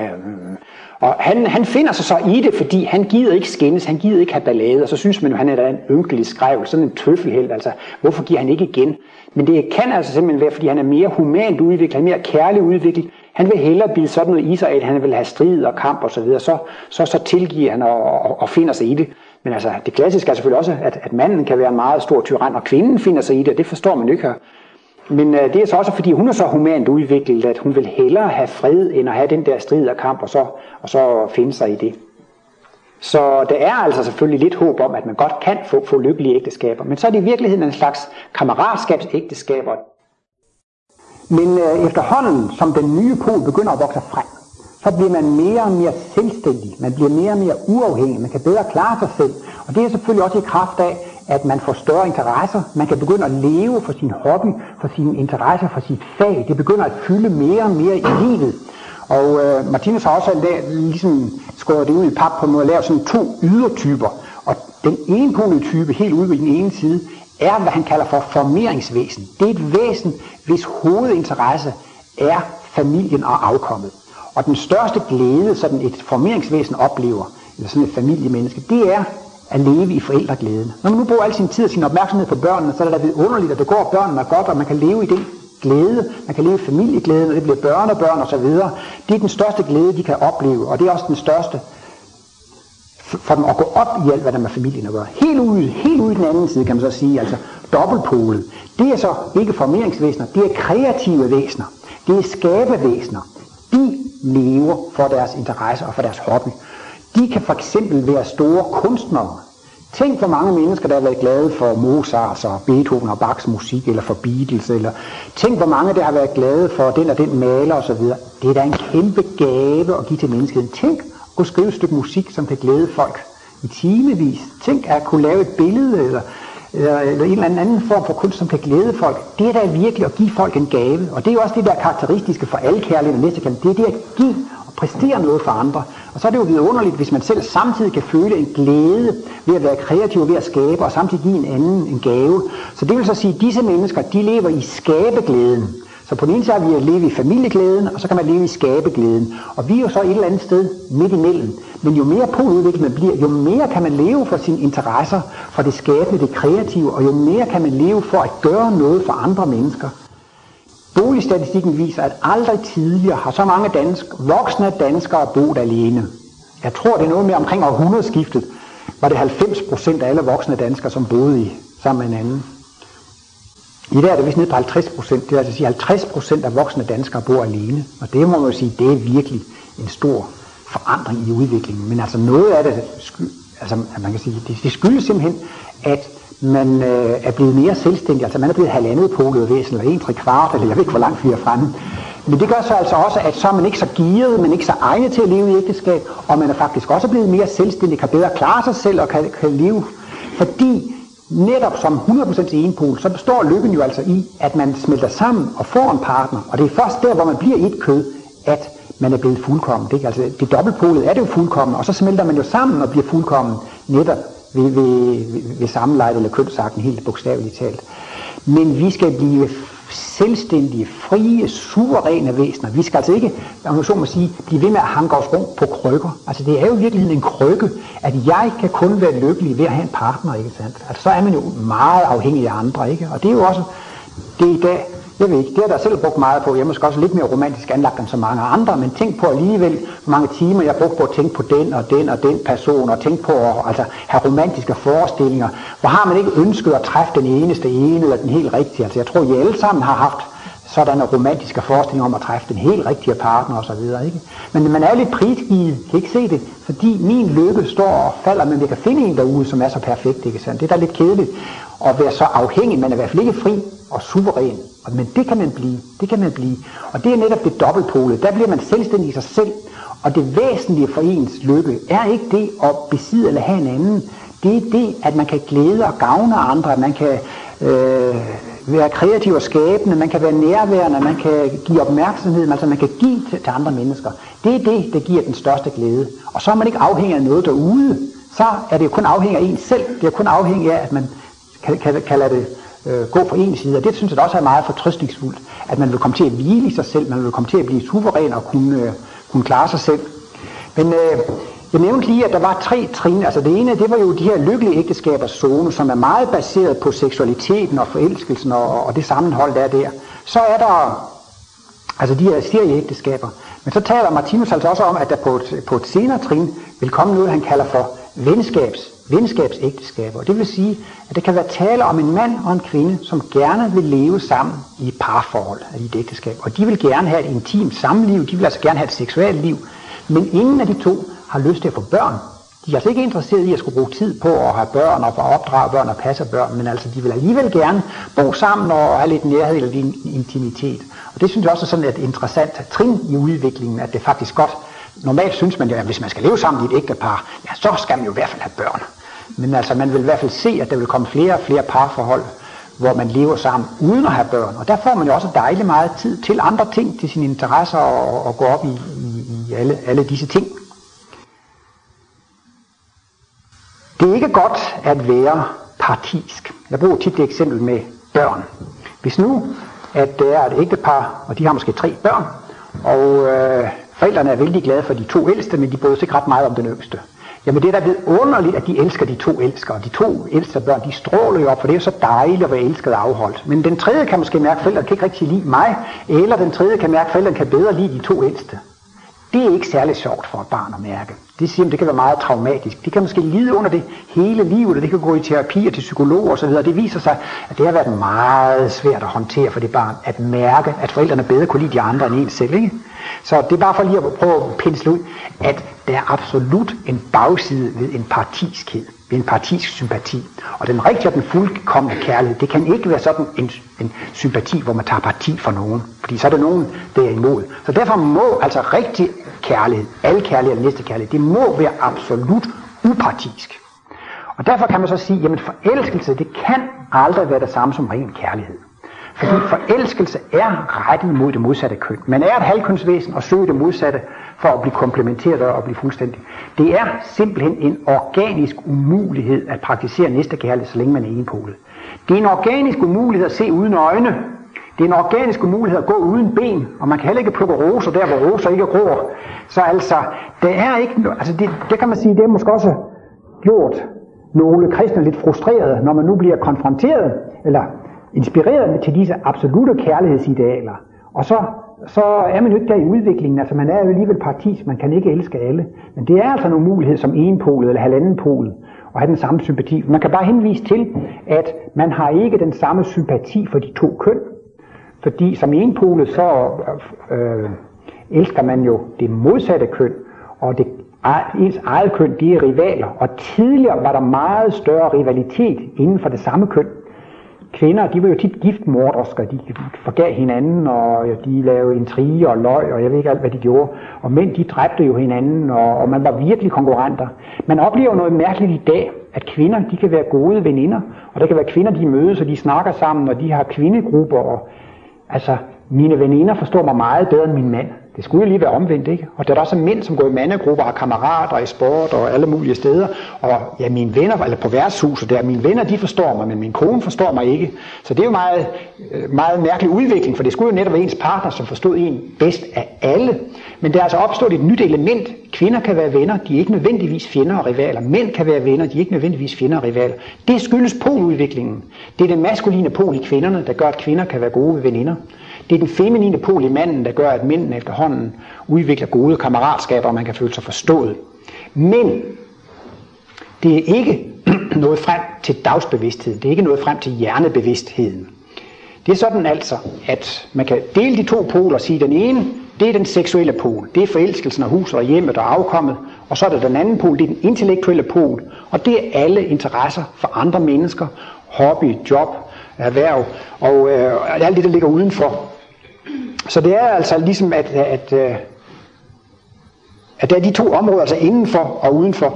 S2: Og han finder sig så i det, fordi han gider ikke skændes, han gider ikke have ballade, og så synes man jo, han er da en ynkelig skrævel, sådan en tøffelhelt, altså hvorfor giver han ikke igen? Men det kan altså simpelthen være, fordi han er mere humant udviklet, han er mere kærlig udviklet, han vil hellere bilde sådan noget i sig, at han vil have strid og kamp og så videre, så tilgiver han og finder sig i det. Men altså, det klassiske er selvfølgelig også, at manden kan være en meget stor tyran, og kvinden finder sig i det, og det forstår man ikke her. Men det er så også, fordi hun er så humant udviklet, at hun vil hellere have fred, end at have den der strid og kamp, og så finde sig i det. Så der er altså selvfølgelig lidt håb om, at man godt kan få lykkelige ægteskaber, men så er det i virkeligheden en slags kammeratskabsægteskaber. Men efterhånden, som den nye pol begynder at vokse frem, så bliver man mere og mere selvstændig, man bliver mere og mere uafhængig, man kan bedre klare sig selv, og det er selvfølgelig også i kraft af, at man får større interesser, man kan begynde at leve for sin hobby, for sine interesser, for sit fag, det begynder at fylde mere og mere i livet. Og Martinus har også ligesom skåret det ud i pap på en måde at lave sådan 2 ydertyper, og den enepolede type helt ude ved den ene side, er hvad han kalder for formeringsvæsen. Det er et væsen, hvis hovedinteresse er familien og afkommet. Og den største glæde, sådan et formeringsvæsen oplever, eller sådan et familiemenneske, det er at leve i forældreglæden. Når man nu bruger al sin tid og sin opmærksomhed på børnene, så er det da vidunderligt, at det går børnene godt, og man kan leve i den glæde, man kan leve i familieglæden, og det bliver børnebørn og så videre. Det er den største glæde, de kan opleve, og det er også den største for dem at gå op i alt, hvad der med familien at gøre. Helt ude i den anden side, kan man så sige, altså dobbeltpolet. Det er så ikke formeringsvæsener, det er kreative væsener, det er skabevæsener. De lever for deres interesse og for deres hobby. De kan for eksempel være store kunstnere. Tænk, hvor mange mennesker, der har været glade for Mozart og Beethoven og Bachs musik, eller for Beatles, eller tænk, hvor mange, der har været glade for den og den maler osv. Det er da en kæmpe gave at give til menneskeheden. Tænk at kunne skrive et stykke musik, som kan glæde folk i timevis. Tænk at kunne lave et billede, eller en eller anden form for kunst, som kan glæde folk. Det er da virkelig at give folk en gave. Og det er jo også det, der er karakteristiske for alle kærlighed og næstekærlighed. Det er det at give og præstere noget for andre. Og så er det jo vidunderligt, hvis man selv samtidig kan føle en glæde ved at være kreativ og ved at skabe, og samtidig give en anden en gave. Så det vil så sige, at disse mennesker, de lever i skabeglæden. Så på den ene side har vi at leve i familieglæden, og så kan man leve i skabeglæden. Og vi er jo så et eller andet sted midt imellem. Men jo mere poludviklet man bliver, jo mere kan man leve for sine interesser, for det skabende, det kreative, og jo mere kan man leve for at gøre noget for andre mennesker. Boligstatistikken viser, at aldrig tidligere har så mange voksne danskere boet alene. Jeg tror, det er noget med omkring århundredeskiftet, var det 90% af alle voksne danskere, som boede sammen med hinanden. I dag er det vist ned på 50%, det vil altså sige 50% af voksne danskere bor alene. Og det må man jo sige, det er virkelig en stor forandring i udviklingen. Men altså noget af det, altså man kan sige, det skyldes simpelthen, at man er blevet mere selvstændig. Altså man er blevet halvandet polet væsen, eller 1/3, eller jeg ved ikke, hvor langt vi er fremme. Men det gør så altså også, at så er man ikke så gearet, man er ikke så egnet til at leve i ægteskab, og man er faktisk også blevet mere selvstændig, kan bedre klare sig selv og kan leve. Fordi netop som 100% enpol, så består lykken jo altså i, at man smelter sammen og får en partner. Og det er først der, hvor man bliver et kød, at man er blevet fuldkommen. Det, altså, det dobbeltpolet er det jo fuldkommen, og så smelter man jo sammen og bliver fuldkommen netop ved sammenleje eller kønsakten, helt bogstaveligt talt. Men vi skal blive selvstændige, frie, suveræne væsener. Vi skal altså ikke, om man så må sige, blive ved med at hanke os rundt på krykker. Altså det er jo i virkeligheden en krykke, at jeg kan kun være lykkelig ved at have en partner, ikke sandt? Altså så er man jo meget afhængig af andre, ikke? Og det er jo også det i dag, jeg ved ikke, det har jeg selv brugt meget på. Jeg er måske også lidt mere romantisk anlagt end så mange andre, men tænk på alligevel, hvor mange timer jeg har brugt på at tænke på den og den og den person, og tænke på at altså, have romantiske forestillinger. Hvor har man ikke ønsket at træffe den eneste ene eller den helt rigtige? Altså jeg tror, I alle sammen har haft sådanne romantiske forestillinger om at træffe den helt rigtige partner og så videre, ikke? Men man er lidt prisgivet, kan ikke se det, fordi min lykke står og falder, men vi kan finde en derude, som er så perfekt, ikke sandt? Det er da lidt kedeligt at være så afhængig, man er i hvert fald ikke fri og suveræn. Men det kan man blive, Og det er netop det dobbeltpolet. Der bliver man selvstændig i sig selv, og det væsentlige for ens lykke er ikke det at besidde eller have en anden. Det er det, at man kan glæde og gavne andre, at man kan være kreativ og skabende, man kan være nærværende, man kan give opmærksomhed, altså man kan give til andre mennesker. Det er det, der giver den største glæde. Og så er man ikke afhængig af noget derude. Så er det jo kun afhængig af en selv. Det er kun afhængig af, at man kan lade det gå på en side, og det synes jeg også er meget fortrøstningsfuldt, at man vil komme til at hvile i sig selv, man vil komme til at blive suveræn og kunne klare sig selv. Men jeg nævnte lige, at der var 3 trin. Altså det ene, det var jo de her lykkelige ægteskabers zone, som er meget baseret på seksualiteten og forelskelsen og det sammenhold, der er der. Så er der altså de her serieægteskaber. Men så taler Martinus altså også om, at der på et senere trin vil komme noget, han kalder for venskabsægteskaber. Det vil sige, at det kan være tale om en mand og en kvinde, som gerne vil leve sammen i et parforhold, i et ægteskab. Og de vil gerne have et intimt samliv, de vil altså gerne have et seksuelt liv. Men ingen af de to har lyst til at få børn. De er altså ikke interesseret i at skulle bruge tid på at have børn og opdrage børn og passe børn, men altså de vil alligevel gerne bo sammen og have lidt nærhed eller lidt intimitet. Og det synes jeg også er sådan et interessant trin i udviklingen, at det faktisk godt. Normalt synes man jo, at hvis man skal leve sammen i et ægtepar, ja, så skal man jo i hvert fald have børn. Men altså, man vil i hvert fald se, at der vil komme flere og flere parforhold, hvor man lever sammen uden at have børn. Og der får man jo også dejligt meget tid til andre ting, til sine interesser og gå op i alle disse ting. Det er ikke godt at være partisk. Jeg bruger tit det eksempel med børn. Hvis nu, at der er et ægtepar, og de har måske 3 børn, og forældrene er vældig glade for de 2 ældste, men de bryder sig ikke ret meget om den yngste. Jamen det er da vidunderligt, at de elsker de 2 ældste, og de 2 ældste børn, de stråler jo op, for det er jo så dejligt at være elsket og afholdt. Men den tredje kan måske mærke, at forældrene kan ikke rigtig lide mig, eller den tredje kan mærke, at forældrene kan bedre lide de 2 ældste. Det er ikke særlig sjovt for et barn at mærke. Det siger, at det kan være meget traumatisk. De kan måske lide under det hele livet, og det kan gå i terapi og til psykologer osv. Det viser sig, at det har været meget svært at håndtere for det barn, at mærke, at forældrene bedre kunne lide de andre end en selv, ikke? Så det er bare for lige at prøve at pensle ud, at der er absolut en bagside ved en partiskhed, ved en partisk sympati. Og den rigtige og den fuldkomne kærlighed, det kan ikke være sådan en sympati, hvor man tager parti for nogen, fordi så er der nogen, der er imod. Så derfor må altså rigtig kærlighed, al kærlighed eller næste kærlighed, det må være absolut upartisk. Og derfor kan man så sige, jamen forelskelse, det kan aldrig være det samme som ren kærlighed. Fordi forelskelse er rettet mod det modsatte køn. Man er et halvkønsvæsen og søger det modsatte for at blive komplementeret og blive fuldstændig. Det er simpelthen en organisk umulighed at praktisere næstekærlighed, så længe man er enpolet. Det er en organisk umulighed at se uden øjne. Det Det er en organisk umulighed at gå uden ben, og man kan heller ikke plukke roser der, hvor roser ikke gror. Så altså, det er ikke, altså det kan man sige, det er måske også gjort nogle kristne lidt frustrerede, når man nu bliver konfronteret, eller inspireret til disse absolute kærlighedsidealer. Og så er man jo ikke der i udviklingen, altså man er jo alligevel partis, man kan ikke elske alle. Men det er altså nogle muligheder som enpolet eller halvandenpolet, at have den samme sympati. Man kan bare henvise til, at man har ikke den samme sympati for de to køn. Fordi som enpolet, så elsker man jo det modsatte køn, og ens eget køn, de er rivaler. Og tidligere var der meget større rivalitet inden for det samme køn. Kvinder, de var jo tit giftmordersker, de forgav hinanden, og de lavede intriger og løg, og jeg ved ikke alt, hvad de gjorde. Og mænd, de dræbte jo hinanden, og man var virkelig konkurrenter. Man oplever noget mærkeligt i dag, at kvinder, de kan være gode veninder, og der kan være kvinder, de mødes, og de snakker sammen, og de har kvindegrupper, og altså, mine veninder forstår mig meget bedre end min mand. Det skulle jo lige være omvendt, ikke? Og der er også mænd, som går i mandegrupper, har kammerater i sport og alle mulige steder. Og ja, mine venner, eller på værtshuset der, mine venner, de forstår mig, men min kone forstår mig ikke. Så det er jo meget mærkelig udvikling, for det skulle jo netop være ens partner, som forstod en bedst af alle. Men der er altså opstået et nyt element. Kvinder kan være venner, de er ikke nødvendigvis fjender og rivaler. Mænd kan være venner, de er ikke nødvendigvis fjender og rivaler. Det skyldes poludviklingen. Det er den maskuline pol i kvinderne, der gør, at kvinder kan være gode veninder. Det er den feminine pol i manden, der gør, at mændene efterhånden udvikler gode kammeratskaber, og man kan føle sig forstået. Men det er ikke noget frem til dagsbevidstheden. Det er ikke noget frem til hjernebevidstheden. Det er sådan altså, at man kan dele de to poler og sige, at den ene, det er den seksuelle pol. Det er forelskelsen af huset og hjemmet og afkommet. Og så er der den anden pol, det er den intellektuelle pol. Og det er alle interesser for andre mennesker, hobby, job, erhverv og alt det, der ligger udenfor. Så det er altså ligesom, at der er de to områder, altså indenfor og udenfor.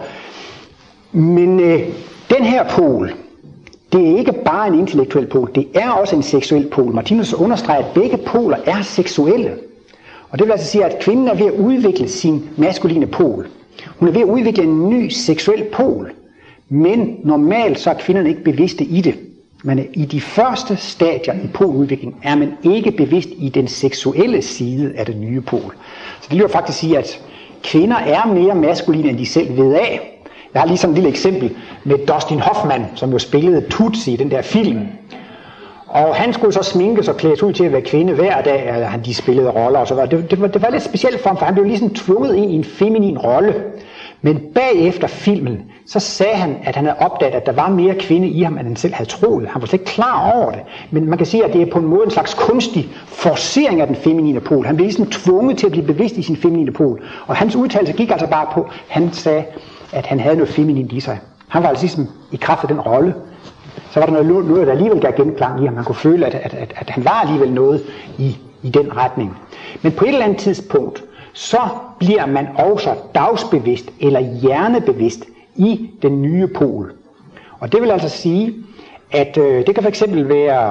S2: Men den her pol, det er ikke bare en intellektuel pol, det er også en seksuel pol. Martinus understreger, at begge poler er seksuelle. Og det vil altså sige, at kvinden er ved at udvikle sin maskuline pol. Hun er ved at udvikle en ny seksuel pol. Men normalt så er kvinderne ikke bevidste i det. Men i de første stadier i poludviklingen er man ikke bevidst i den seksuelle side af den nye pol. Så det vil jo faktisk sige, at kvinder er mere maskuline, end de selv ved af. Jeg har lige sådan et lille eksempel med Dustin Hoffman, som jo spillede Tootsie i den der film. Og han skulle så sminkes og klædes ud til at være kvinde hver dag, eller de spillede roller og så videre. Det var lidt specielt for ham, for han blev ligesom tvunget ind i en feminin rolle. Men bagefter filmen, så sagde han, at han havde opdaget, at der var mere kvinde i ham, end han selv havde troet. Han var slet ikke klar over det. Men man kan sige, at det er på en måde en slags kunstig forcering af den feminine pol. Han blev ligesom tvunget til at blive bevidst i sin feminine pol. Og hans udtalelse gik altså bare på, han sagde, at han havde noget feminint i sig. Han var altså ligesom i kraft af den rolle. Så var der noget der alligevel gav genklang i ham. Man kunne føle, at han var alligevel noget i den retning. Men på et eller andet tidspunkt, så bliver man også dagsbevidst eller hjernebevidst i den nye pol. Og det vil altså sige, at det kan fx være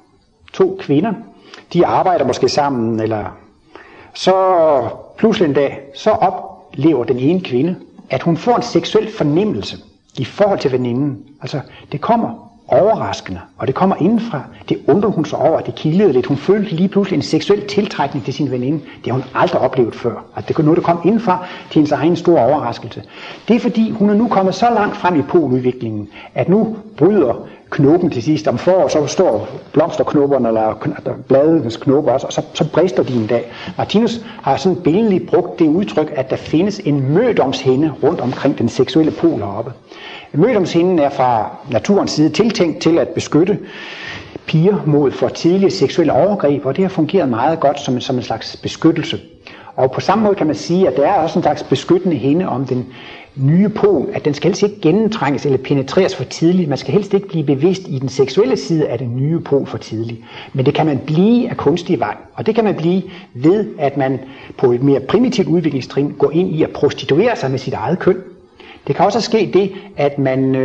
S2: to kvinder, de arbejder måske sammen, eller så pludselig en dag, så oplever den ene kvinde, at hun får en seksuel fornemmelse i forhold til veninden. Altså, det kommer overraskende, og det kommer indenfra. Det undrer hun sig over, at det kildede lidt. Hun følte lige pludselig en seksuel tiltrækning til sin veninde. Det har hun aldrig oplevet før. Altså, det er noget, der kom indenfra til hendes egen store overraskelse. Det er fordi, hun er nu kommet så langt frem i poludviklingen, at nu bryder knoppen til sidst om foråret, så står blomsterknopperne eller bladenes knopper også, og så brister de en dag. Martinus har sådan billedligt brugt det udtryk, at der findes en mødomshinde rundt omkring den seksuelle pol heroppe. Mødomshinden er fra naturens side tiltænkt til at beskytte piger mod for tidlige seksuelle overgreb, og det har fungeret meget godt som en slags beskyttelse. Og på samme måde kan man sige, at der er også en slags beskyttende hinde om den nye pol, at den skal helst ikke gennemtrænges eller penetreres for tidligt. Man skal helst ikke blive bevidst i den seksuelle side af den nye pol for tidligt. Men det kan man blive af kunstig vej, og det kan man blive ved, at man på et mere primitivt udviklingstrin går ind i at prostituere sig med sit eget køn. Det kan også ske det, at man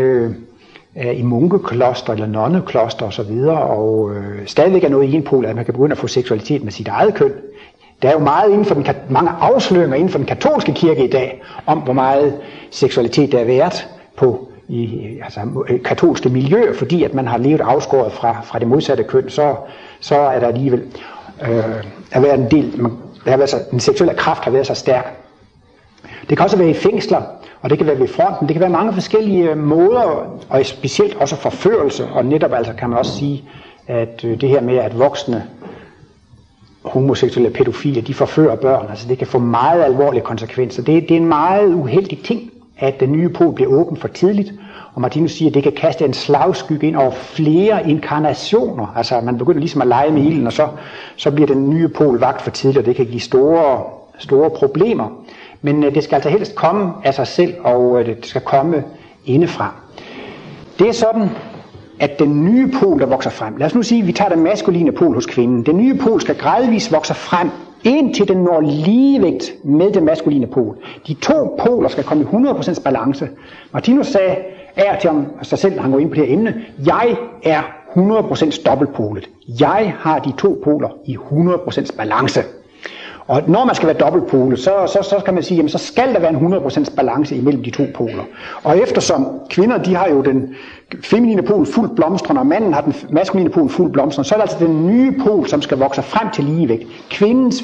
S2: er i munkekloster eller nonnekloster osv., og stadigvæk er noget i en pol, at man kan begynde at få seksualitet med sit eget køn. Der er jo meget inden for mange afsløringer inden for den katolske kirke i dag, om hvor meget seksualitet der er været på katolske miljøer, fordi at man har levet afskåret fra det modsatte køn, så er der alligevel været en del, den seksuelle kraft har været så stærk. Det kan også være i fængsler, og det kan være ved fronten, det kan være mange forskellige måder, og specielt også forførelse, og netop altså kan man også sige, at det her med, at voksne homoseksuelle pædofile, de forfører børn, altså det kan få meget alvorlige konsekvenser. Det er en meget uheldig ting, at den nye pol bliver åben for tidligt, og Martinus siger, at det kan kaste en slagskygge ind over flere inkarnationer, altså man begynder ligesom at lege med ilden, og så bliver den nye pol vagt for tidligt, og det kan give store problemer. Men det skal altså helst komme af sig selv, og det skal komme indefra. Det er sådan, at den nye pol, der vokser frem, lad os nu sige, at vi tager den maskuline pol hos kvinden. Den nye pol skal gradvist vokse frem, indtil den når ligevægt med den maskuline pol. De to poler skal komme i 100% balance. Martinus sagde til sig selv, når han går ind på det her emne, jeg er 100% dobbeltpolet. Jeg har de to poler i 100% balance. Og når man skal være dobbeltpolet, så skal man sige, jamen så skal der være en 100% balance imellem de to poler. Og eftersom kvinder, de har jo den feminine pol fuldt blomstrende, og manden har den maskuline pol fuldt blomstrende, så er det altså den nye pol, som skal vokse frem til ligevægt. Kvindens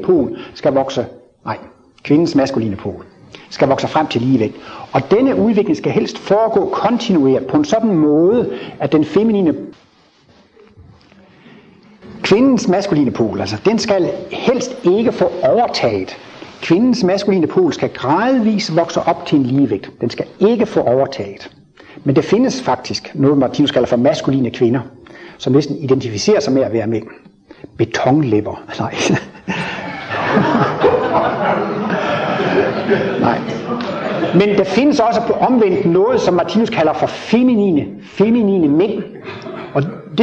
S2: maskuline pol skal vokse frem til ligevægt. Og denne udvikling skal helst foregå kontinuert på en sådan måde, at den feminine kvindens maskuline pol, altså den skal helst ikke få overtaget. Kvindens maskuline pol skal gradvist vokse op til en ligevægt. Den skal ikke få overtaget. Men det findes faktisk noget, Martinus kalder for maskuline kvinder, som næsten identificerer sig med at være mænd. Betonlæber. Nej. Men der findes også på omvendt noget, som Martinus kalder for feminine mænd. Og det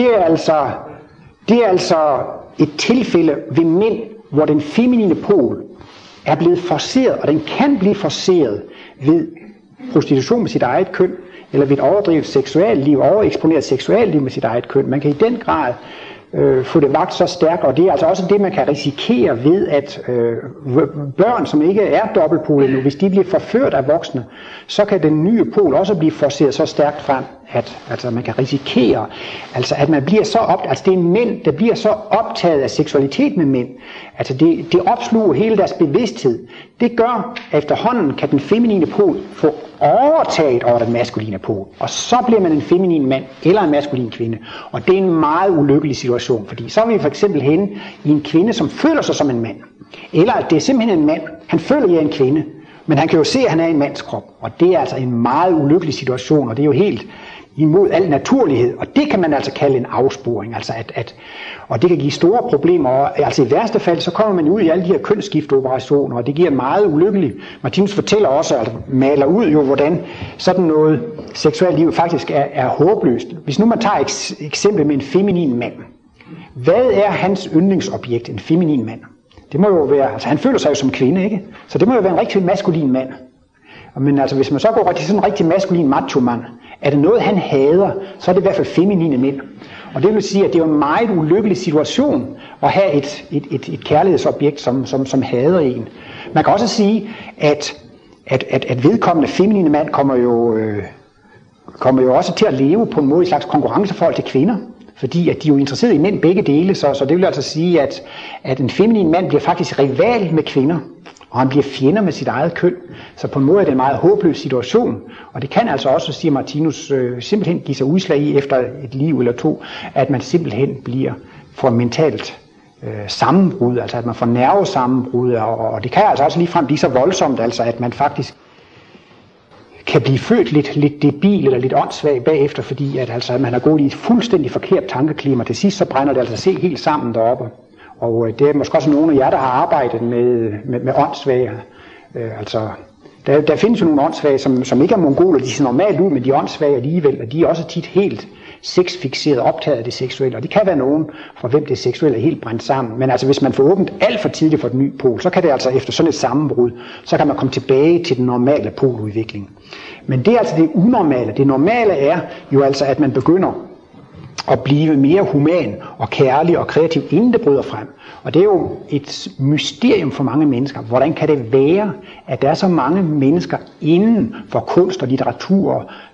S2: er altså et tilfælde ved mænd, hvor den feminine pol er blevet forceret, og den kan blive forceret ved prostitution med sit eget køn, eller ved et overdrevet seksualliv, overeksponeret seksualliv med sit eget køn. Man kan i den grad få det vagt så stærkt, og det er altså også det, man kan risikere ved, at børn, som ikke er dobbeltpolet nu, hvis de bliver forført af voksne, så kan den nye pol også blive forceret så stærkt frem, at altså, man kan risikere, altså, at man bliver så det er mænd, der bliver så optaget af seksualitet med mænd, altså det opsluger hele deres bevidsthed. Det gør, at efterhånden kan den feminine pol få overtaget over den maskuline pol, og så bliver man en feminin mand eller en maskulin kvinde, og det er en meget ulykkelig situation, fordi så er vi for eksempel henne i en kvinde, som føler sig som en mand, eller at det er simpelthen en mand, han føler, at jeg er en kvinde, men han kan jo se, at han er en mands krop, og det er altså en meget ulykkelig situation, og det er jo helt imod al naturlighed, og det kan man altså kalde en afsporing, altså og det kan give store problemer, og altså i værste fald, så kommer man ud i alle de her kønsskifteoperationer, og det giver meget ulykkeligt. Martinus fortæller også, altså maler ud jo, hvordan sådan noget seksuelt liv faktisk er håbløst. Hvis nu man tager eksempel med en feminin mand, hvad er hans yndlingsobjekt, en feminin mand? Det må jo være, altså han føler sig jo som kvinde, ikke? Så det må jo være en rigtig maskulin mand. Men altså hvis man så går til sådan en rigtig maskulin macho-mand, er det noget han hader, så er det i hvert fald feminine mænd. Og det vil sige, at det er en meget ulykkelig situation at have et kærlighedsobjekt, som hader en. Man kan også sige, at vedkommende feminine mand kommer jo også til at leve på en måde i slags konkurrenceforhold til kvinder. Fordi at de er jo interesseret i mænd begge dele, så det vil altså sige, at en feminin mand bliver faktisk rival med kvinder, og han bliver fjender med sit eget køn. Så på en måde er det en meget håbløs situation, og det kan altså også, siger Martinus, simpelthen give sig udslag i efter et liv eller to, at man simpelthen får mentalt sammenbrud, altså at man får nervesammenbrud, og det kan altså også ligefrem blive så voldsomt, altså at man faktisk kan blive født lidt debil eller lidt åndssvag bagefter, fordi at man har gået i et fuldstændig forkert tankeklima. Til sidst så brænder det altså helt sammen deroppe. Og det er måske også nogle af jer, der har arbejdet med åndssvage. Der findes jo nogle åndssvage, som ikke er mongoler, de ser normalt ud, men de er åndssvage alligevel, og de er også tit helt sexfixeret, optaget af det seksuelle. Og det kan være nogen, for hvem det seksuelle er helt brændt sammen. Men altså hvis man får åbent alt for tidligt for den nye pol, så kan det altså efter sådan et sammenbrud, så kan man komme tilbage til den normale poludvikling. Men det er altså det unormale. Det normale er jo altså, at man begynder at blive mere human og kærlig og kreativ, inden det bryder frem. Og det er jo et mysterium for mange mennesker. Hvordan kan det være, at der er så mange mennesker inden for kunst og litteratur,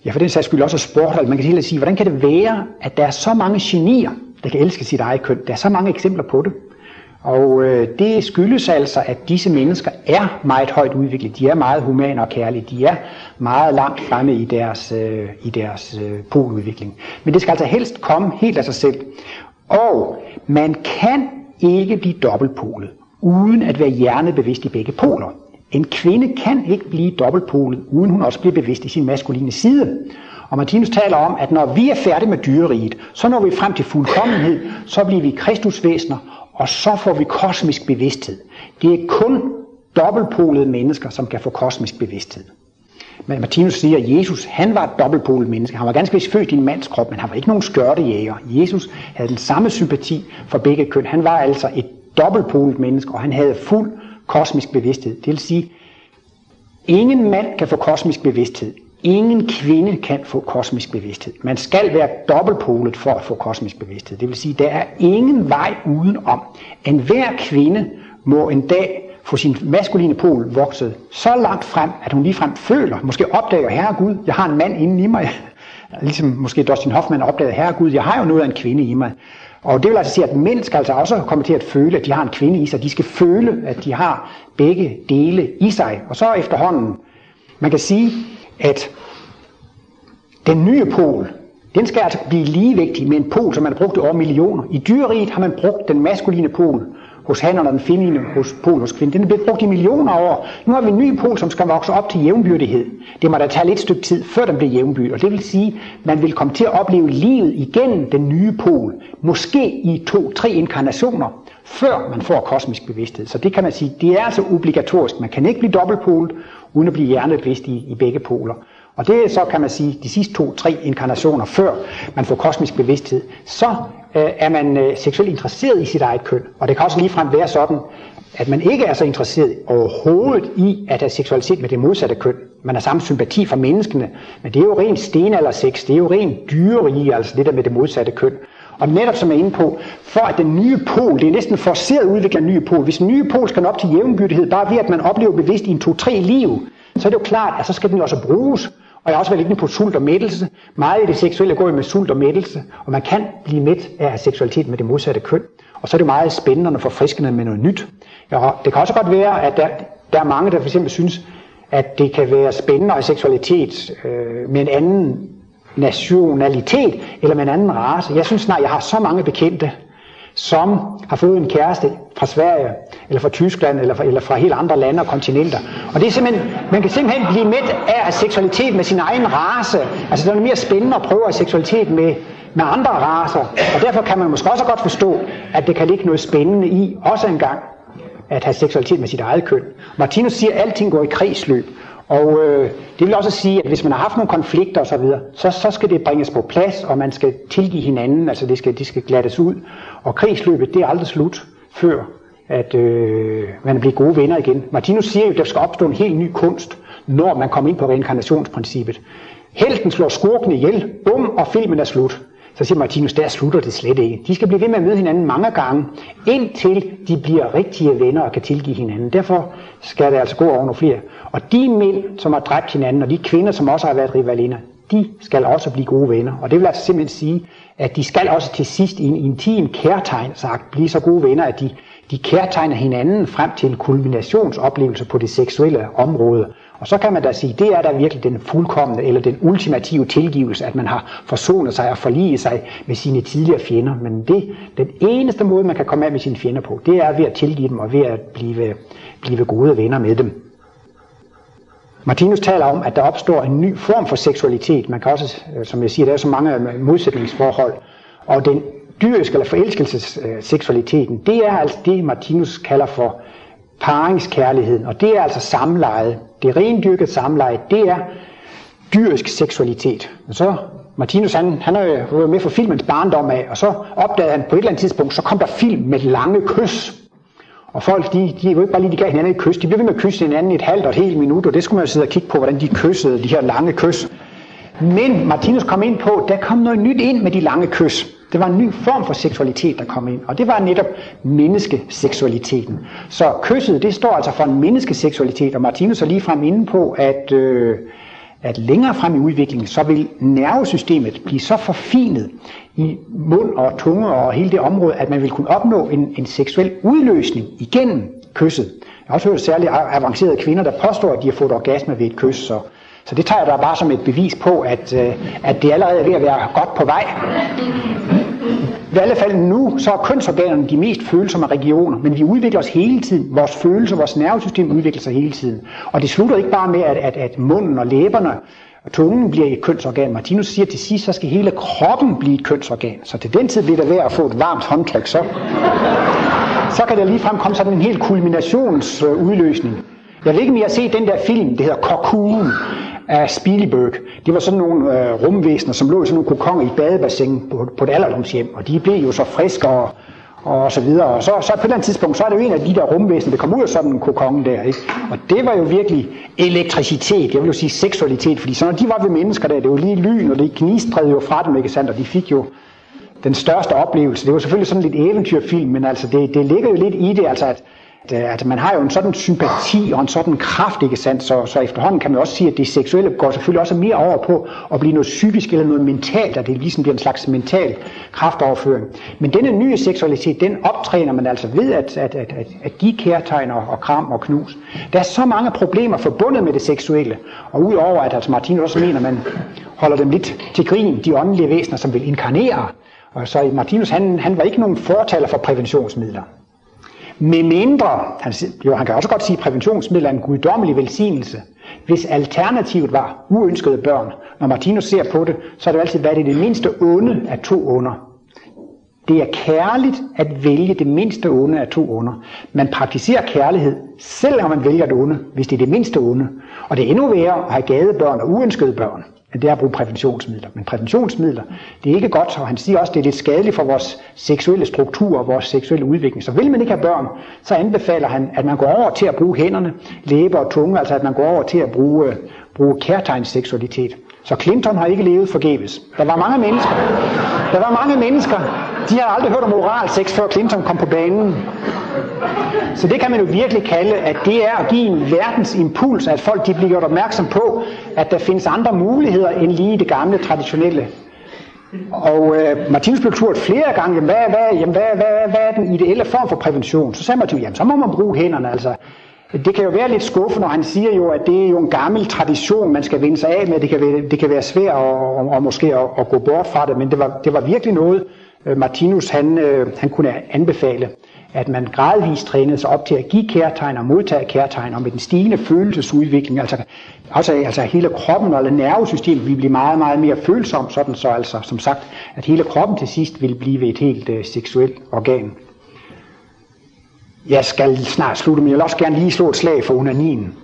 S2: ja, for den sags skyld også sport, man kan hele sige, hvordan kan det være, at der er så mange genier, der kan elske sit eget køn? Der er så mange eksempler på det. Og det skyldes altså, at disse mennesker er meget højt udviklet. De er meget humane og kærlige. De er meget langt fremme i deres poludvikling. Men det skal altså helst komme helt af sig selv. Og man kan ikke blive dobbeltpolet, uden at være hjernebevidst i begge poler. En kvinde kan ikke blive dobbeltpolet, uden hun også bliver bevidst i sin maskuline side. Og Martinus taler om, at når vi er færdige med dyreriget, så når vi frem til fuldkommenhed, så bliver vi kristusvæsener, og så får vi kosmisk bevidsthed. Det er kun dobbeltpolede mennesker, som kan få kosmisk bevidsthed. Men Martinus siger, at Jesus, han var et dobbeltpolet menneske. Han var ganske vist født i en mands krop, men han var ikke nogen skørtejæger. Jesus havde den samme sympati for begge køn. Han var altså et dobbeltpolet menneske, og han havde fuld kosmisk bevidsthed. Det vil sige, ingen mand kan få kosmisk bevidsthed. Ingen kvinde kan få kosmisk bevidsthed. Man skal være dobbeltpolet for at få kosmisk bevidsthed. Det vil sige, der er ingen vej udenom. Enhver kvinde må en dag få sin maskuline pol vokset så langt frem, at hun ligefrem føler, måske opdager, herregud, jeg har en mand inde i mig. Ligesom måske Dustin Hoffman opdagede, herregud, jeg har jo noget af en kvinde i mig. Og det vil altså sige, at mænd skal altså også komme til at føle, at de har en kvinde i sig. De skal føle, at de har begge dele i sig. Og så efterhånden, man kan sige, at den nye pol, den skal altså blive ligevægtig med en pol, som man har brugt over millioner. I dyreriget har man brugt den maskuline pol hos hannerne og den feminine pol hos kvinden. Den er blevet brugt i millioner af år. Nu har vi en ny pol, som skal vokse op til jævnbyrdighed. Det må da tage lidt stykke tid, før den bliver jævnbyrdig. Og det vil sige, at man vil komme til at opleve livet igennem den nye pol. Måske i 2-3 inkarnationer, før man får kosmisk bevidsthed. Så det kan man sige, det er altså obligatorisk. Man kan ikke blive dobbeltpolet, uden at blive hjernebevidst i begge poler. Og det er så, kan man sige, de sidste 2-3 inkarnationer, før man får kosmisk bevidsthed, så er man seksuelt interesseret i sit eget køn. Og det kan også ligefrem være sådan, at man ikke er så interesseret overhovedet i at have seksualitet med det modsatte køn. Man har samme sympati for menneskene, men det er jo rent stenaldersex, det er jo rent dyrerige, altså det der med det modsatte køn. Og netop som jeg er inde på, for at den nye pol, det er næsten forceret at udvikle en ny pol. Hvis en ny pol skal nå op til jævnbyrdighed, bare ved at man oplever bevidst i en 2-3 liv, så er det jo klart, at så skal den også bruges. Og jeg har også været lidt på sult og mættelse. Meget i det seksuelle går jo med sult og mættelse, og man kan blive mæt af seksualitet med det modsatte køn. Og så er det meget spændende og forfriskende med noget nyt. Ja, det kan også godt være, at der er mange, der for eksempel synes, at det kan være spændende af seksualitet med en anden nationalitet eller med en anden race. Jeg synes snart, jeg har så mange bekendte, som har fået en kæreste fra Sverige, eller fra Tyskland, eller fra helt andre lande og kontinenter. Og det er simpelthen, man kan simpelthen blive mæt af seksualitet med sin egen race. Altså det er mere spændende at prøve at seksualitet med andre racer. Og derfor kan man måske også godt forstå, at det kan ligge noget spændende i, også engang, at have seksualitet med sit eget køn. Martinus siger, at alting går i kredsløb. Og det vil også sige, at hvis man har haft nogle konflikter osv., så skal det bringes på plads, og man skal tilgive hinanden, altså det skal glattes ud. Og kredsløbet, det er aldrig slut, før at man bliver gode venner igen. Martinus siger jo, at der skal opstå en helt ny kunst, når man kommer ind på reinkarnationsprincippet. Helten slår skurken ihjel, bum, og filmen er slut. Så siger Martinus, der slutter det slet ikke. De skal blive ved med at møde hinanden mange gange, indtil de bliver rigtige venner og kan tilgive hinanden. Derfor skal det altså gå over nogle flere. Og de mænd, som har dræbt hinanden, og de kvinder, som også har været rivalinder, de skal også blive gode venner. Og det vil altså simpelthen sige, at de skal også til sidst i en intim kærtegnsakt blive så gode venner, at de kærtegner hinanden frem til en kulminationsoplevelse på det seksuelle område. Og så kan man da sige, det er da virkelig den fuldkomne eller den ultimative tilgivelse, at man har forsonet sig og forliget sig med sine tidligere fjender. Men den eneste måde, man kan komme af med sine fjender på, det er ved at tilgive dem og ved at blive gode venner med dem. Martinus taler om, at der opstår en ny form for seksualitet. Man kan også, som jeg siger, der er så mange modsætningsforhold. Og den dyriske eller forelskelsesseksualiteten, det er altså det, Martinus kalder for paringskærligheden. Og det er altså samleje. Det rendyrkede samleje, det er dyrisk seksualitet. Og så Martinus, han har jo med for filmens barndom af, og så opdagede han på et eller andet tidspunkt, så kom der film med lange kys. Og folk, de er jo ikke bare lige, de gav hinanden et kys, de blev ved med at kysse hinanden i et halvt og et helt minut, og det skulle man jo sidde og kigge på, hvordan de kyssede, de her lange kys. Men Martinus kom ind på, der kom noget nyt ind med de lange kys. Det var en ny form for seksualitet, der kom ind, og det var netop menneskeseksualiteten. Så kysset, det står altså for en menneskeseksualitet, og Martinus er ligefrem inde på, at længere frem i udviklingen, så vil nervesystemet blive så forfinet i mund og tunge og hele det område, at man vil kunne opnå en seksuel udløsning igennem kysset. Jeg har også hørt særligt avancerede kvinder, der påstår, at de har fået orgasme ved et kys, så det tager jeg da bare som et bevis på, at det allerede er ved at være godt på vej. I alle fald nu, så er kønsorganerne de mest følsomme regioner, men vi udvikler os hele tiden. Vores følelser, vores nervesystem udvikler sig hele tiden. Og det slutter ikke bare med, at munden og læberne og tungen bliver et kønsorgan. Martinus siger, at til sidst, så skal hele kroppen blive et kønsorgan. Så til den tid bliver det værd at få et varmt håndtryk, så kan der ligefrem komme sådan en helt kulminationsudløsning. Jeg ved ikke, om I har set den der film, det hedder Cocoon af Spielberg. Det var sådan nogle rumvæsener, som lå i sådan nogle kokonger i et badebassin på et alderdomshjem, og de blev jo så friske og så videre. Og så på et eller andet tidspunkt, så er det jo en af de der rumvæsener, der kom ud af sådan en kokon der, ikke? Og det var jo virkelig elektricitet, jeg vil jo sige seksualitet, fordi så når de var ved mennesker der, det var lige lyn, og det gnistrede jo fra dem, ikke sandt, og de fik jo den største oplevelse. Det var selvfølgelig sådan lidt eventyrfilm, men altså det ligger jo lidt i det, altså at man har jo en sådan sympati og en sådan kraft, ikke sandt, så efterhånden kan man også sige, at det seksuelle går selvfølgelig også mere over på at blive noget psykisk eller noget mentalt, at det ligesom bliver en slags mental kraftoverføring. Men denne nye seksualitet, den optræner man altså ved at give kærtegn og kram og knus. Der er så mange problemer forbundet med det seksuelle, og udover at altså Martinus også mener, at man holder dem lidt til grin, de åndelige væsener, som vil inkarnere. Og så Martinus, han var ikke nogen fortaler for præventionsmidler. Med mindre, han kan også godt sige, at præventionsmidler er en guddommelig velsignelse. Hvis alternativet var uønskede børn, når Martinus ser på det, så har det altid været det mindste onde af to onder. Det er kærligt at vælge det mindste onde af to onder. Man praktiserer kærlighed, selvom man vælger det onde, hvis det er det mindste onde. Og det er endnu værre at have gadebørn og uønskede børn, end det er at bruge præventionsmidler. Men præventionsmidler, det er ikke godt, og han siger også, at det er lidt skadeligt for vores seksuelle struktur og vores seksuelle udvikling. Så vil man ikke have børn, så anbefaler han, at man går over til at bruge hænderne, læber og tunge, altså at man går over til at bruge kærtegnsseksualitet. Så Clinton har ikke levet forgæves. Der var mange mennesker, de har aldrig hørt om oralsex, før Clinton kom på banen. Så det kan man jo virkelig kalde, at det er at give en verdens impuls, at folk de bliver gjort opmærksom på, at der findes andre muligheder end lige det gamle traditionelle. Og Martinus blev spurgt flere gange, hvad er den ideelle form for prævention? Så sagde Martinus, jamen så må man bruge hænderne, altså. Det kan jo være lidt skuffende, når han siger jo, at det er jo en gammel tradition, man skal vende sig af med. Det kan være svært og måske at gå bort fra det, men det var virkelig noget, Martinus han kunne anbefale, at man gradvist trænede sig op til at give kærtegn og modtage kærtegn, og med den stigende følelsesudvikling, altså hele kroppen og nervesystemet vil blive meget, meget mere følsom, sådan så altså, som sagt, at hele kroppen til sidst vil blive et helt seksuelt organ. Jeg skal snart slutte, men jeg vil også gerne lige slå et slag for onanien.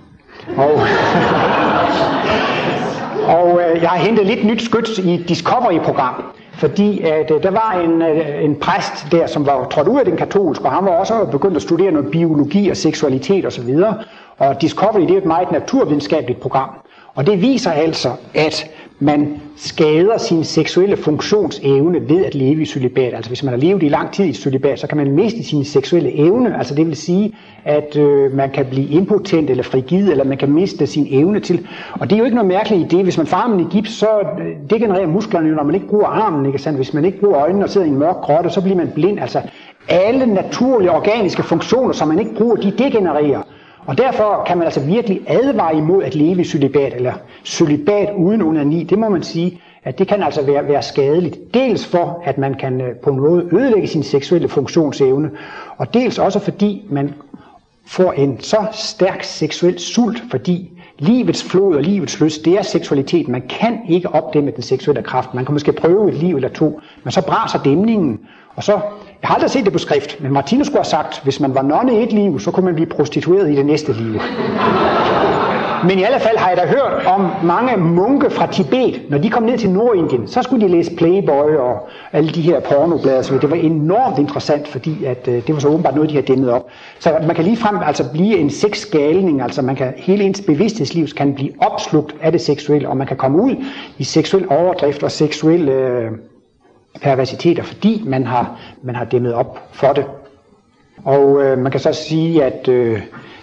S2: Og jeg har hentet lidt nyt skyts i et Discovery-program, fordi der var en præst der, som var trådt ud af den katolske, og han var også begyndt at studere noget biologi og seksualitet osv. Og Discovery, det er et meget naturvidenskabeligt program. Og det viser altså, at man skader sin seksuelle funktionsevne ved at leve i cølibat. Altså hvis man har levet i lang tid i cølibat, så kan man miste sin seksuelle evne. Altså det vil sige, at man kan blive impotent eller frigid, eller man kan miste sin evne til. Og det er jo ikke noget mærkeligt i det. Hvis man får armen i gips, så degenererer musklerne jo, når man ikke bruger armen. Ikke sandt? Hvis man ikke bruger øjnene og sidder i en mørk grotte, så bliver man blind. Altså alle naturlige organiske funktioner, som man ikke bruger, de degenererer. Og derfor kan man altså virkelig advare imod at leve i cølibat, eller cølibat uden onani. Det må man sige, at det kan altså være skadeligt. Dels for, at man kan på en måde ødelægge sin seksuelle funktionsevne, og dels også fordi man får en så stærk seksuel sult, fordi livets flod og livets lyst, det er seksualitet. Man kan ikke opdæmme den seksuelle kraft. Man kan måske prøve et liv eller to, men så braser dæmningen. Og så, jeg har aldrig set det på skrift, men Martinus skulle have sagt, hvis man var nonne i et liv, så kunne man blive prostitueret i det næste liv. Men i alle fald har jeg da hørt om mange munke fra Tibet, når de kom ned til Nordindien, så skulle de læse Playboy og alle de her pornoblade. Så det var enormt interessant, fordi at, det var så åbenbart noget, de har dæmmet op. Så man kan ligefrem altså blive en sexgalning, altså man kan, hele ens bevidsthedsliv kan blive opslugt af det seksuelle, og man kan komme ud i seksuel overdrift og seksuel perversiteter, fordi man har dæmmet op for det. Og man kan så sige, at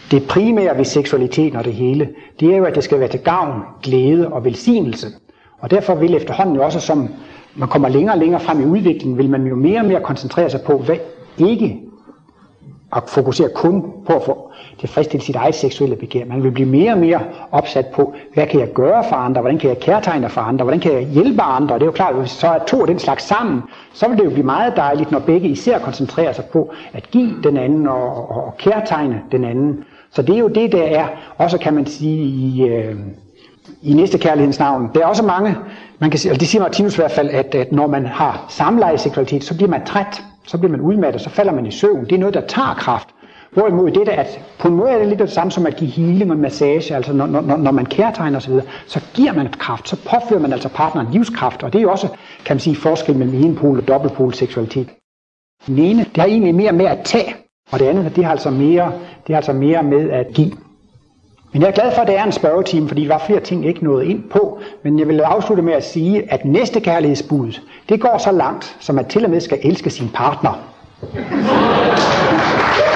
S2: det primære ved seksualiteten og det hele, det er jo, at det skal være til gavn, glæde og velsignelse. Og derfor vil efterhånden jo også, som man kommer længere og længere frem i udviklingen, vil man jo mere og mere koncentrere sig på, hvad ikke at fokusere kun på at få tilfredsstille sit eget seksuelle begær. Man vil blive mere og mere opsat på, hvad kan jeg gøre for andre, hvordan kan jeg kærtegne for andre, hvordan kan jeg hjælpe andre. Og det er jo klart, at hvis så er to af den slags sammen, så vil det jo blive meget dejligt, når begge især koncentrerer sig på at give den anden og kærtegne den anden. Så det er jo det, der er, også kan man sige i næstekærlighedens navn. Der er også mange, man kan sige, og det siger Martinus i hvert fald, at når man har samlejeseksualitet, så bliver man træt, så bliver man udmattet, så falder man i søvn. Det er noget, der tager kraft. Hvorimod det der, at på en måde er det lidt det samme som at give healing og massage, altså når man kærtegner osv., så giver man kraft, så påfører man altså partneren livskraft, og det er jo også, kan man sige, forskel mellem enpol og dobbeltpol seksualitet. Den ene, det har egentlig mere med at tage, og det andet, det har altså mere med at give. Men jeg er glad for, at det er en spørgetime, fordi der var flere ting ikke nået ind på, men jeg vil afslutte med at sige, at næstekærlighedsbuddet, det går så langt, som at til og med skal elske sin partner.